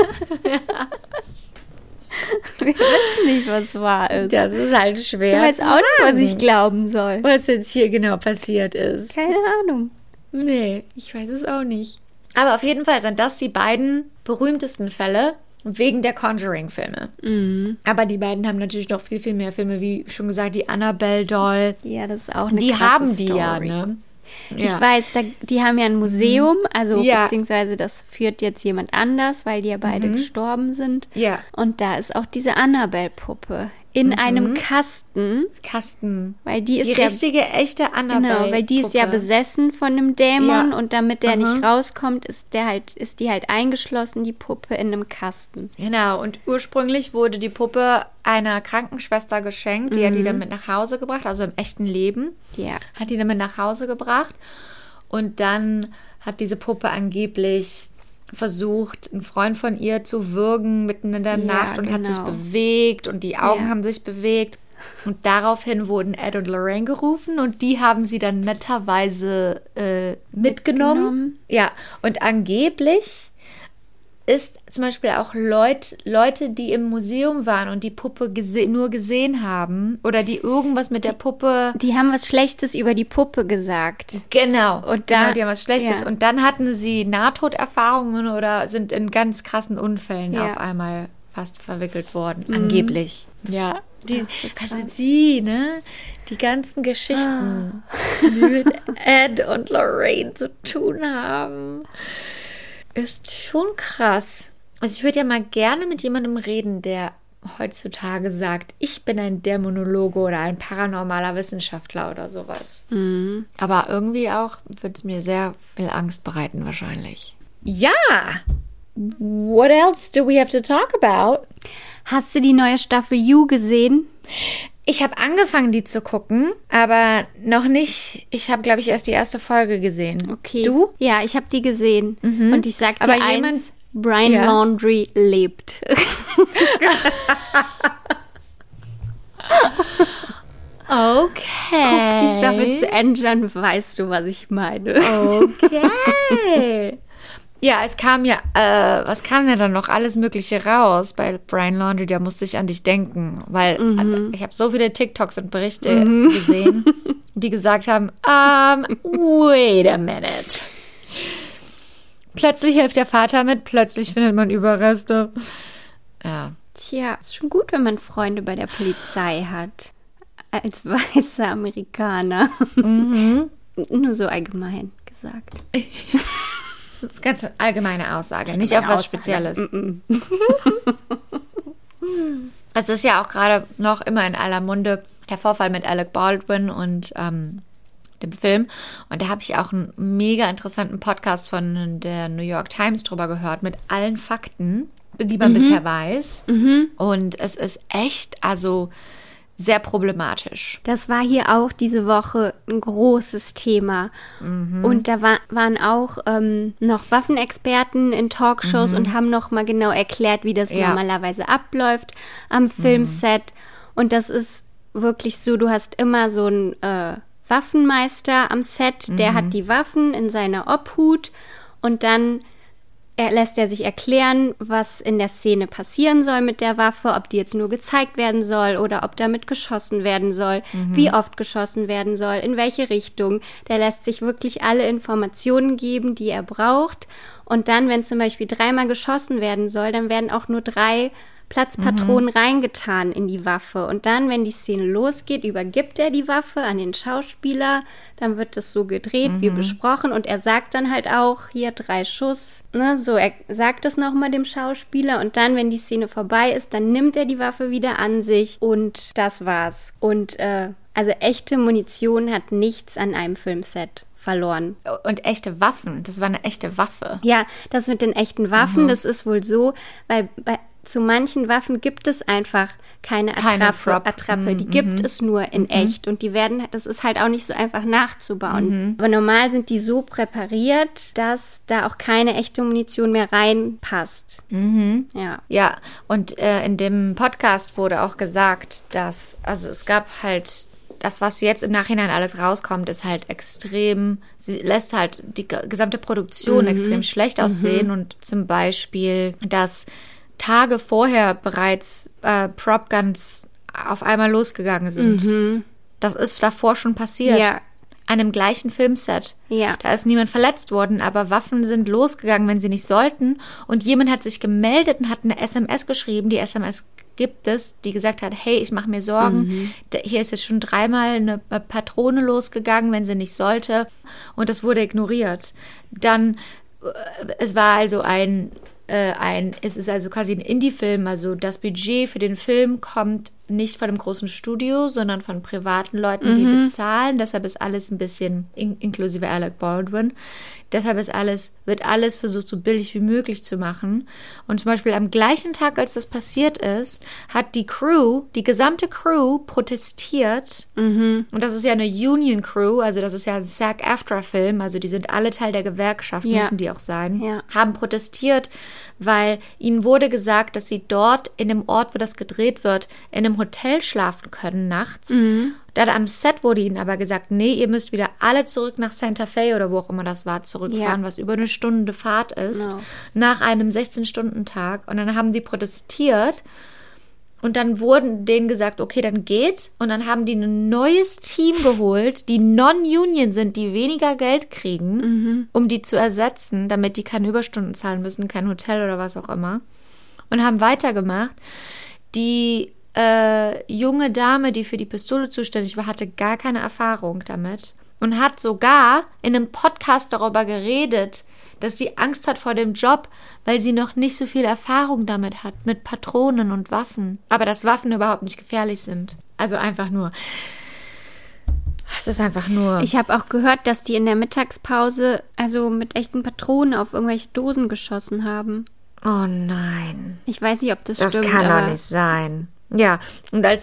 Wir wissen nicht, was wahr ist. Das ist halt schwer. Ich weiß auch nicht, was ich glauben soll. Was jetzt hier genau passiert ist. Keine Ahnung. Nee, ich weiß es auch nicht. Aber auf jeden Fall sind das die beiden berühmtesten Fälle wegen der Conjuring-Filme. Aber die beiden haben natürlich noch viel, viel mehr Filme, wie schon gesagt, die Annabelle-Doll. Ja, das ist auch eine Die krasse haben die Story. ja, ne? Ich weiß, die haben ja ein Museum, also beziehungsweise das führt jetzt jemand anders, weil die ja beide gestorben sind. Ja. Und da ist auch diese Annabelle-Puppe in einem Kasten. Weil die ist richtige, echte Annabelle. Genau, weil die ist ja besessen von einem Dämon und damit der nicht rauskommt, ist die halt eingeschlossen, die Puppe, in einem Kasten. Genau, und ursprünglich wurde die Puppe einer Krankenschwester geschenkt, die hat die dann mit nach Hause gebracht, also im echten Leben. Ja. Hat die dann mit nach Hause gebracht und dann hat diese Puppe angeblich versucht, einen Freund von ihr zu würgen mitten in der Nacht und hat sich bewegt und die Augen haben sich bewegt. Und daraufhin wurden Ed und Lorraine gerufen und die haben sie dann netterweise mitgenommen. Ja, und angeblich ist zum Beispiel auch Leute, die im Museum waren und die Puppe nur gesehen haben oder die irgendwas mit der Puppe... Die haben was Schlechtes über die Puppe gesagt. Genau, die haben was Schlechtes. Ja. Und dann hatten sie Nahtoderfahrungen oder sind in ganz krassen Unfällen auf einmal fast verwickelt worden, angeblich. Ja, die ganzen Geschichten, die mit Ed und Lorraine zu tun haben, ist schon krass. Also ich würde ja mal gerne mit jemandem reden, der heutzutage sagt, ich bin ein Dämonologe oder ein paranormaler Wissenschaftler oder sowas. Mhm. Aber irgendwie auch wird es mir sehr viel Angst bereiten wahrscheinlich. Ja! What else do we have to talk about? Hast du die neue Staffel You gesehen? Ich habe angefangen, die zu gucken, aber noch nicht. Ich habe, glaube ich, erst die erste Folge gesehen. Okay. Du? Ja, ich habe die gesehen. Mhm. Und ich sag dir eins, Brian Laundrie lebt. Okay. Guck die Staffel zu Ende, dann weißt du, was ich meine. Okay. Ja, es kam was kam denn dann noch? Alles Mögliche raus bei Brian Laundrie, da musste ich an dich denken, weil ich habe so viele TikToks und Berichte gesehen, die gesagt haben, wait a minute. Plötzlich hilft der Vater mit, plötzlich findet man Überreste. Ja. Tja, ist schon gut, wenn man Freunde bei der Polizei hat. Als weißer Amerikaner. Mhm. Nur so allgemein gesagt. Das ist ganz allgemeine Aussage, nicht auf was Spezielles. Es ist ja auch gerade noch immer in aller Munde der Vorfall mit Alec Baldwin und dem Film. Und da habe ich auch einen mega interessanten Podcast von der New York Times drüber gehört, mit allen Fakten, die man bisher weiß. Mhm. Und es ist echt, sehr problematisch. Das war hier auch diese Woche ein großes Thema. Mhm. Und da waren auch noch Waffenexperten in Talkshows und haben noch mal genau erklärt, wie das normalerweise abläuft am Filmset. Und das ist wirklich so, du hast immer so einen Waffenmeister am Set, der hat die Waffen in seiner Obhut und dann lässt er sich erklären, was in der Szene passieren soll mit der Waffe, ob die jetzt nur gezeigt werden soll oder ob damit geschossen werden soll, wie oft geschossen werden soll, in welche Richtung. Der lässt sich wirklich alle Informationen geben, die er braucht. Und dann, wenn zum Beispiel 3-mal geschossen werden soll, dann werden auch nur 3 Platzpatronen reingetan in die Waffe. Und dann, wenn die Szene losgeht, übergibt er die Waffe an den Schauspieler. Dann wird das so gedreht, wie besprochen. Und er sagt dann halt auch, hier 3 Schuss. Ne? So, er sagt es nochmal dem Schauspieler. Und dann, wenn die Szene vorbei ist, dann nimmt er die Waffe wieder an sich. Und das war's. Und also echte Munition hat nichts an einem Filmset verloren. Und echte Waffen, das war eine echte Waffe. Ja, das mit den echten Waffen, das ist wohl so, weil zu manchen Waffen gibt es einfach keine Attrappe. Die gibt es nur in echt und das ist halt auch nicht so einfach nachzubauen. Aber normal sind die so präpariert, dass da auch keine echte Munition mehr reinpasst. Ja, und in dem Podcast wurde auch gesagt, dass, es gab halt das, was jetzt im Nachhinein alles rauskommt, ist halt extrem, sie lässt halt die gesamte Produktion extrem schlecht aussehen und zum Beispiel, dass Tage vorher bereits Prop Guns auf einmal losgegangen sind. Das ist davor schon passiert. Ja. An dem gleichen Filmset. Ja. Da ist niemand verletzt worden, aber Waffen sind losgegangen, wenn sie nicht sollten. Und jemand hat sich gemeldet und hat eine SMS geschrieben. Die SMS gibt es, die gesagt hat, hey, ich mache mir Sorgen. Hier ist jetzt schon 3-mal eine Patrone losgegangen, wenn sie nicht sollte. Und das wurde ignoriert. Dann, es war also es ist also quasi ein Indie-Film, also das Budget für den Film kommt nicht von einem großen Studio, sondern von privaten Leuten, die bezahlen. Deshalb ist alles ein bisschen, inklusive Alec Baldwin, wird alles versucht, so billig wie möglich zu machen. Und zum Beispiel am gleichen Tag, als das passiert ist, hat die gesamte Crew protestiert. Und das ist ja eine Union Crew, also das ist ja ein SAG-AFTRA-Film, also die sind alle Teil der Gewerkschaft, müssen die auch sein, haben protestiert, weil ihnen wurde gesagt, dass sie dort in dem Ort, wo das gedreht wird, in einem Hotel schlafen können nachts. Dann am Set wurde ihnen aber gesagt, nee, ihr müsst wieder alle zurück nach Santa Fe oder wo auch immer das war, zurückfahren, was über eine Stunde Fahrt ist, nach einem 16-Stunden-Tag. Und dann haben die protestiert und dann wurden denen gesagt, okay, dann geht. Und dann haben die ein neues Team geholt, die non-union sind, die weniger Geld kriegen, um die zu ersetzen, damit die keine Überstunden zahlen müssen, kein Hotel oder was auch immer. Und haben weitergemacht. Die junge Dame, die für die Pistole zuständig war, hatte gar keine Erfahrung damit und hat sogar in einem Podcast darüber geredet, dass sie Angst hat vor dem Job, weil sie noch nicht so viel Erfahrung damit hat, mit Patronen und Waffen. Aber dass Waffen überhaupt nicht gefährlich sind. Also einfach nur. Es ist einfach nur. Ich habe auch gehört, dass die in der Mittagspause also mit echten Patronen auf irgendwelche Dosen geschossen haben. Oh nein. Ich weiß nicht, ob das stimmt. Das kann doch nicht sein. Ja, und als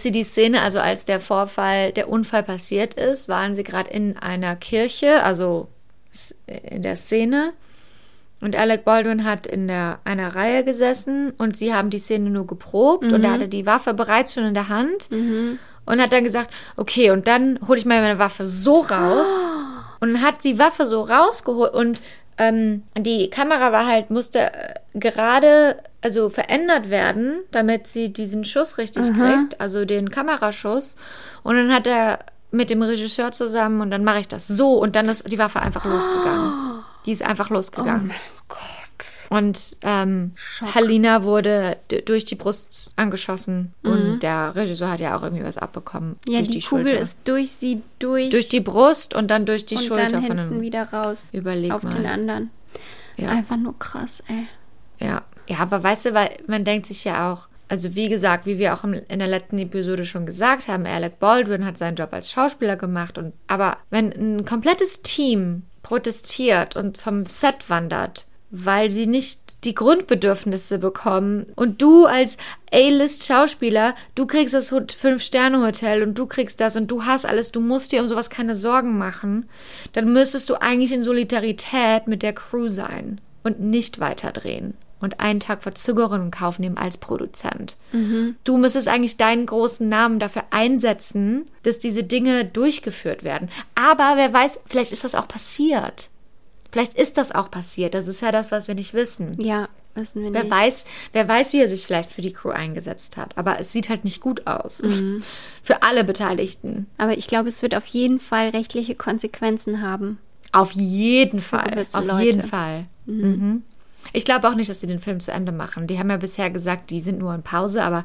der Unfall passiert ist, waren sie gerade in einer Kirche, also in der Szene. Und Alec Baldwin hat in einer Reihe gesessen und sie haben die Szene nur geprobt und er hatte die Waffe bereits schon in der Hand und hat dann gesagt, okay, und dann hole ich mal meine Waffe so raus und hat die Waffe so rausgeholt und die Kamera musste gerade verändert werden, damit sie diesen Schuss richtig kriegt, also den Kameraschuss. Und dann hat er mit dem Regisseur zusammen und dann mache ich das so und dann ist die Waffe einfach losgegangen. Die ist einfach losgegangen. Oh mein Gott. Und Helena wurde durch die Brust angeschossen und der Regisseur hat ja auch irgendwie was abbekommen. Ja, die Kugel Schulter. ist durch die Brust und dann durch die und Schulter dann von hinten wieder raus auf mal. den anderen. Ja. Einfach nur krass, ey. Ja, aber weißt du, weil man denkt sich ja auch, also wie gesagt, wie wir auch in der letzten Episode schon gesagt haben, Alec Baldwin hat seinen Job als Schauspieler gemacht. Aber wenn ein komplettes Team protestiert und vom Set wandert, weil sie nicht die Grundbedürfnisse bekommen und du als A-List-Schauspieler, du kriegst das 5-Sterne-Hotel und du kriegst das und du hast alles, du musst dir um sowas keine Sorgen machen, dann müsstest du eigentlich in Solidarität mit der Crew sein und nicht weiterdrehen und einen Tag Verzögerung in Kauf nehmen als Produzent. Du müsstest eigentlich deinen großen Namen dafür einsetzen, dass diese Dinge durchgeführt werden. Aber wer weiß, vielleicht ist das auch passiert. Vielleicht ist das auch passiert. Das ist ja das, was wir nicht wissen. Ja, wissen wir nicht. Wer weiß, wie er sich vielleicht für die Crew eingesetzt hat. Aber es sieht halt nicht gut aus. Für alle Beteiligten. Aber ich glaube, es wird auf jeden Fall rechtliche Konsequenzen haben. Auf jeden Fall. Auf jeden Fall. Ich glaube auch nicht, dass sie den Film zu Ende machen. Die haben ja bisher gesagt, die sind nur in Pause, aber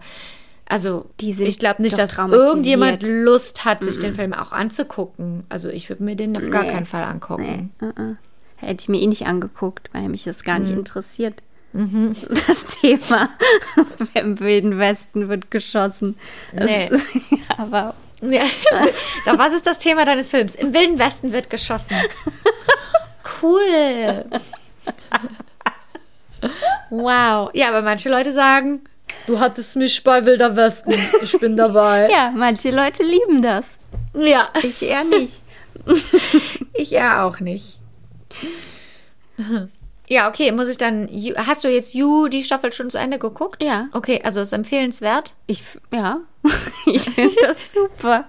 ich glaube nicht, dass irgendjemand Lust hat, sich den Film auch anzugucken. Also ich würde mir den auf gar keinen Fall angucken. Nee. Hätte ich mir nicht angeguckt, weil mich das gar nicht interessiert. Das Thema im Wilden Westen wird geschossen. Nee. Aber ja. Doch, was ist das Thema deines Films? Im Wilden Westen wird geschossen. Cool. Wow. Ja, aber manche Leute sagen, du hattest mich bei Wilder Westen. Ich bin dabei. Ja, manche Leute lieben das. Ja. Ich eher nicht. Ich eher auch nicht. Ja, okay, muss ich dann... Hast du jetzt You, die Staffel schon zu Ende geguckt? Ja. Okay, also ist empfehlenswert? Ja. Ich finde das super.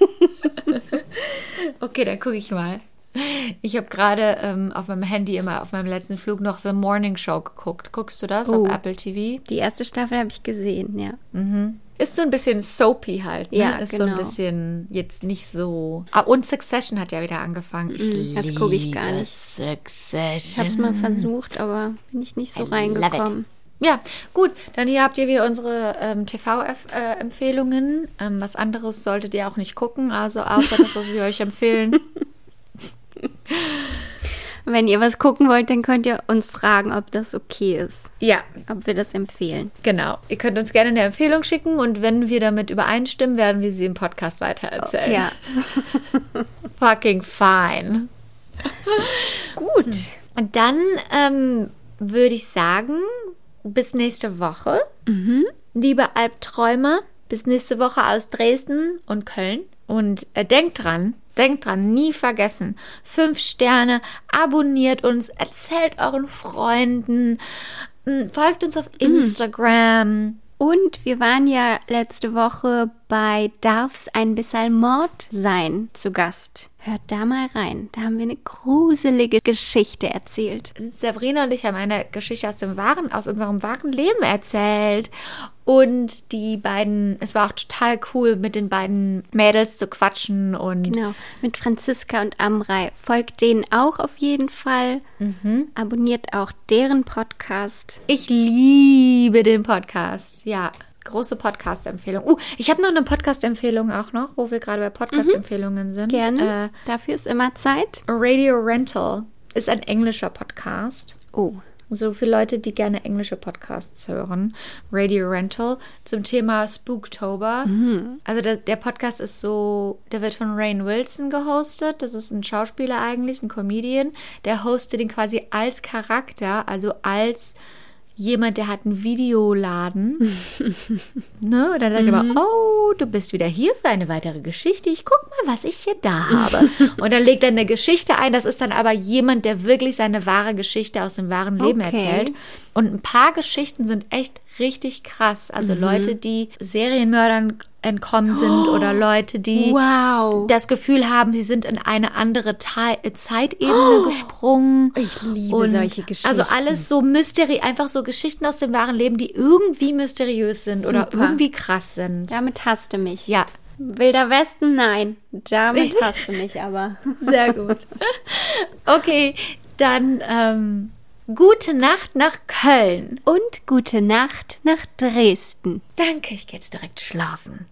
Okay, dann gucke ich mal. Ich habe gerade auf meinem Handy immer auf meinem letzten Flug noch The Morning Show geguckt. Guckst du das auf Apple TV? Die erste Staffel habe ich gesehen, ja. Ist so ein bisschen soapy halt. Ne? Ja, ist genau. so ein bisschen jetzt nicht so... und Succession hat ja wieder angefangen. Das gucke ich gar nicht. Succession. Ich habe es mal versucht, aber bin ich nicht so reingekommen. Ja, gut. Dann hier habt ihr wieder unsere TV-Empfehlungen. Was anderes solltet ihr auch nicht gucken, also außer das, was wir euch empfehlen. Wenn ihr was gucken wollt, dann könnt ihr uns fragen, ob das okay ist. Ja, Ob wir das empfehlen. genau. Ihr könnt uns gerne eine Empfehlung schicken und wenn wir damit übereinstimmen, werden wir sie im Podcast weitererzählen. Ja. Fucking fine. Gut. Und dann würde ich sagen, bis nächste Woche. Liebe Albträumer, bis nächste Woche aus Dresden und Köln. Und denkt dran, nie vergessen. 5 Sterne, abonniert uns, erzählt euren Freunden, folgt uns auf Instagram. Und wir waren ja letzte Woche bei Darf's ein bisschen Mord sein zu Gast. Hört da mal rein. Da haben wir eine gruselige Geschichte erzählt. Sabrina und ich haben eine Geschichte aus unserem wahren Leben erzählt. Und die beiden, es war auch total cool, mit den beiden Mädels zu quatschen. Und Genau, mit Franziska und Amrei. Folgt denen auch auf jeden Fall. Abonniert auch deren Podcast. ich liebe den Podcast. Ja, große Podcast-Empfehlung. Ich habe noch eine Podcast-Empfehlung auch noch, wo wir gerade bei Podcast-Empfehlungen sind. Gerne. Dafür ist immer Zeit. Radio Rental ist ein englischer Podcast. Oh. So für Leute, die gerne englische Podcasts hören. Radio Rental zum Thema Spooktober. Also der Podcast ist so, der wird von Rainn Wilson gehostet. Das ist ein Schauspieler eigentlich, ein Comedian. Der hostet ihn quasi als Charakter, also als jemand, der hat einen Videoladen. Ne? Und dann sagt er aber, oh, du bist wieder hier für eine weitere Geschichte. Ich guck mal, was ich hier da habe. Und dann legt er eine Geschichte ein. Das ist dann aber jemand, der wirklich seine wahre Geschichte aus dem wahren Leben erzählt. Und ein paar Geschichten sind echt richtig krass. Also Leute, die Serienmördern entkommen sind oder Leute, die Wow. das Gefühl haben, sie sind in eine andere Zeitebene gesprungen. Ich liebe solche Geschichten. Also alles so einfach so Geschichten aus dem wahren Leben, die irgendwie mysteriös sind oder Super. irgendwie krass sind. Damit hasst du mich. Ja, Wilder Westen, nein. Damit hasst du mich aber. sehr gut. Okay, dann gute Nacht nach Köln. Und gute Nacht nach Dresden. Danke, ich gehe jetzt direkt schlafen.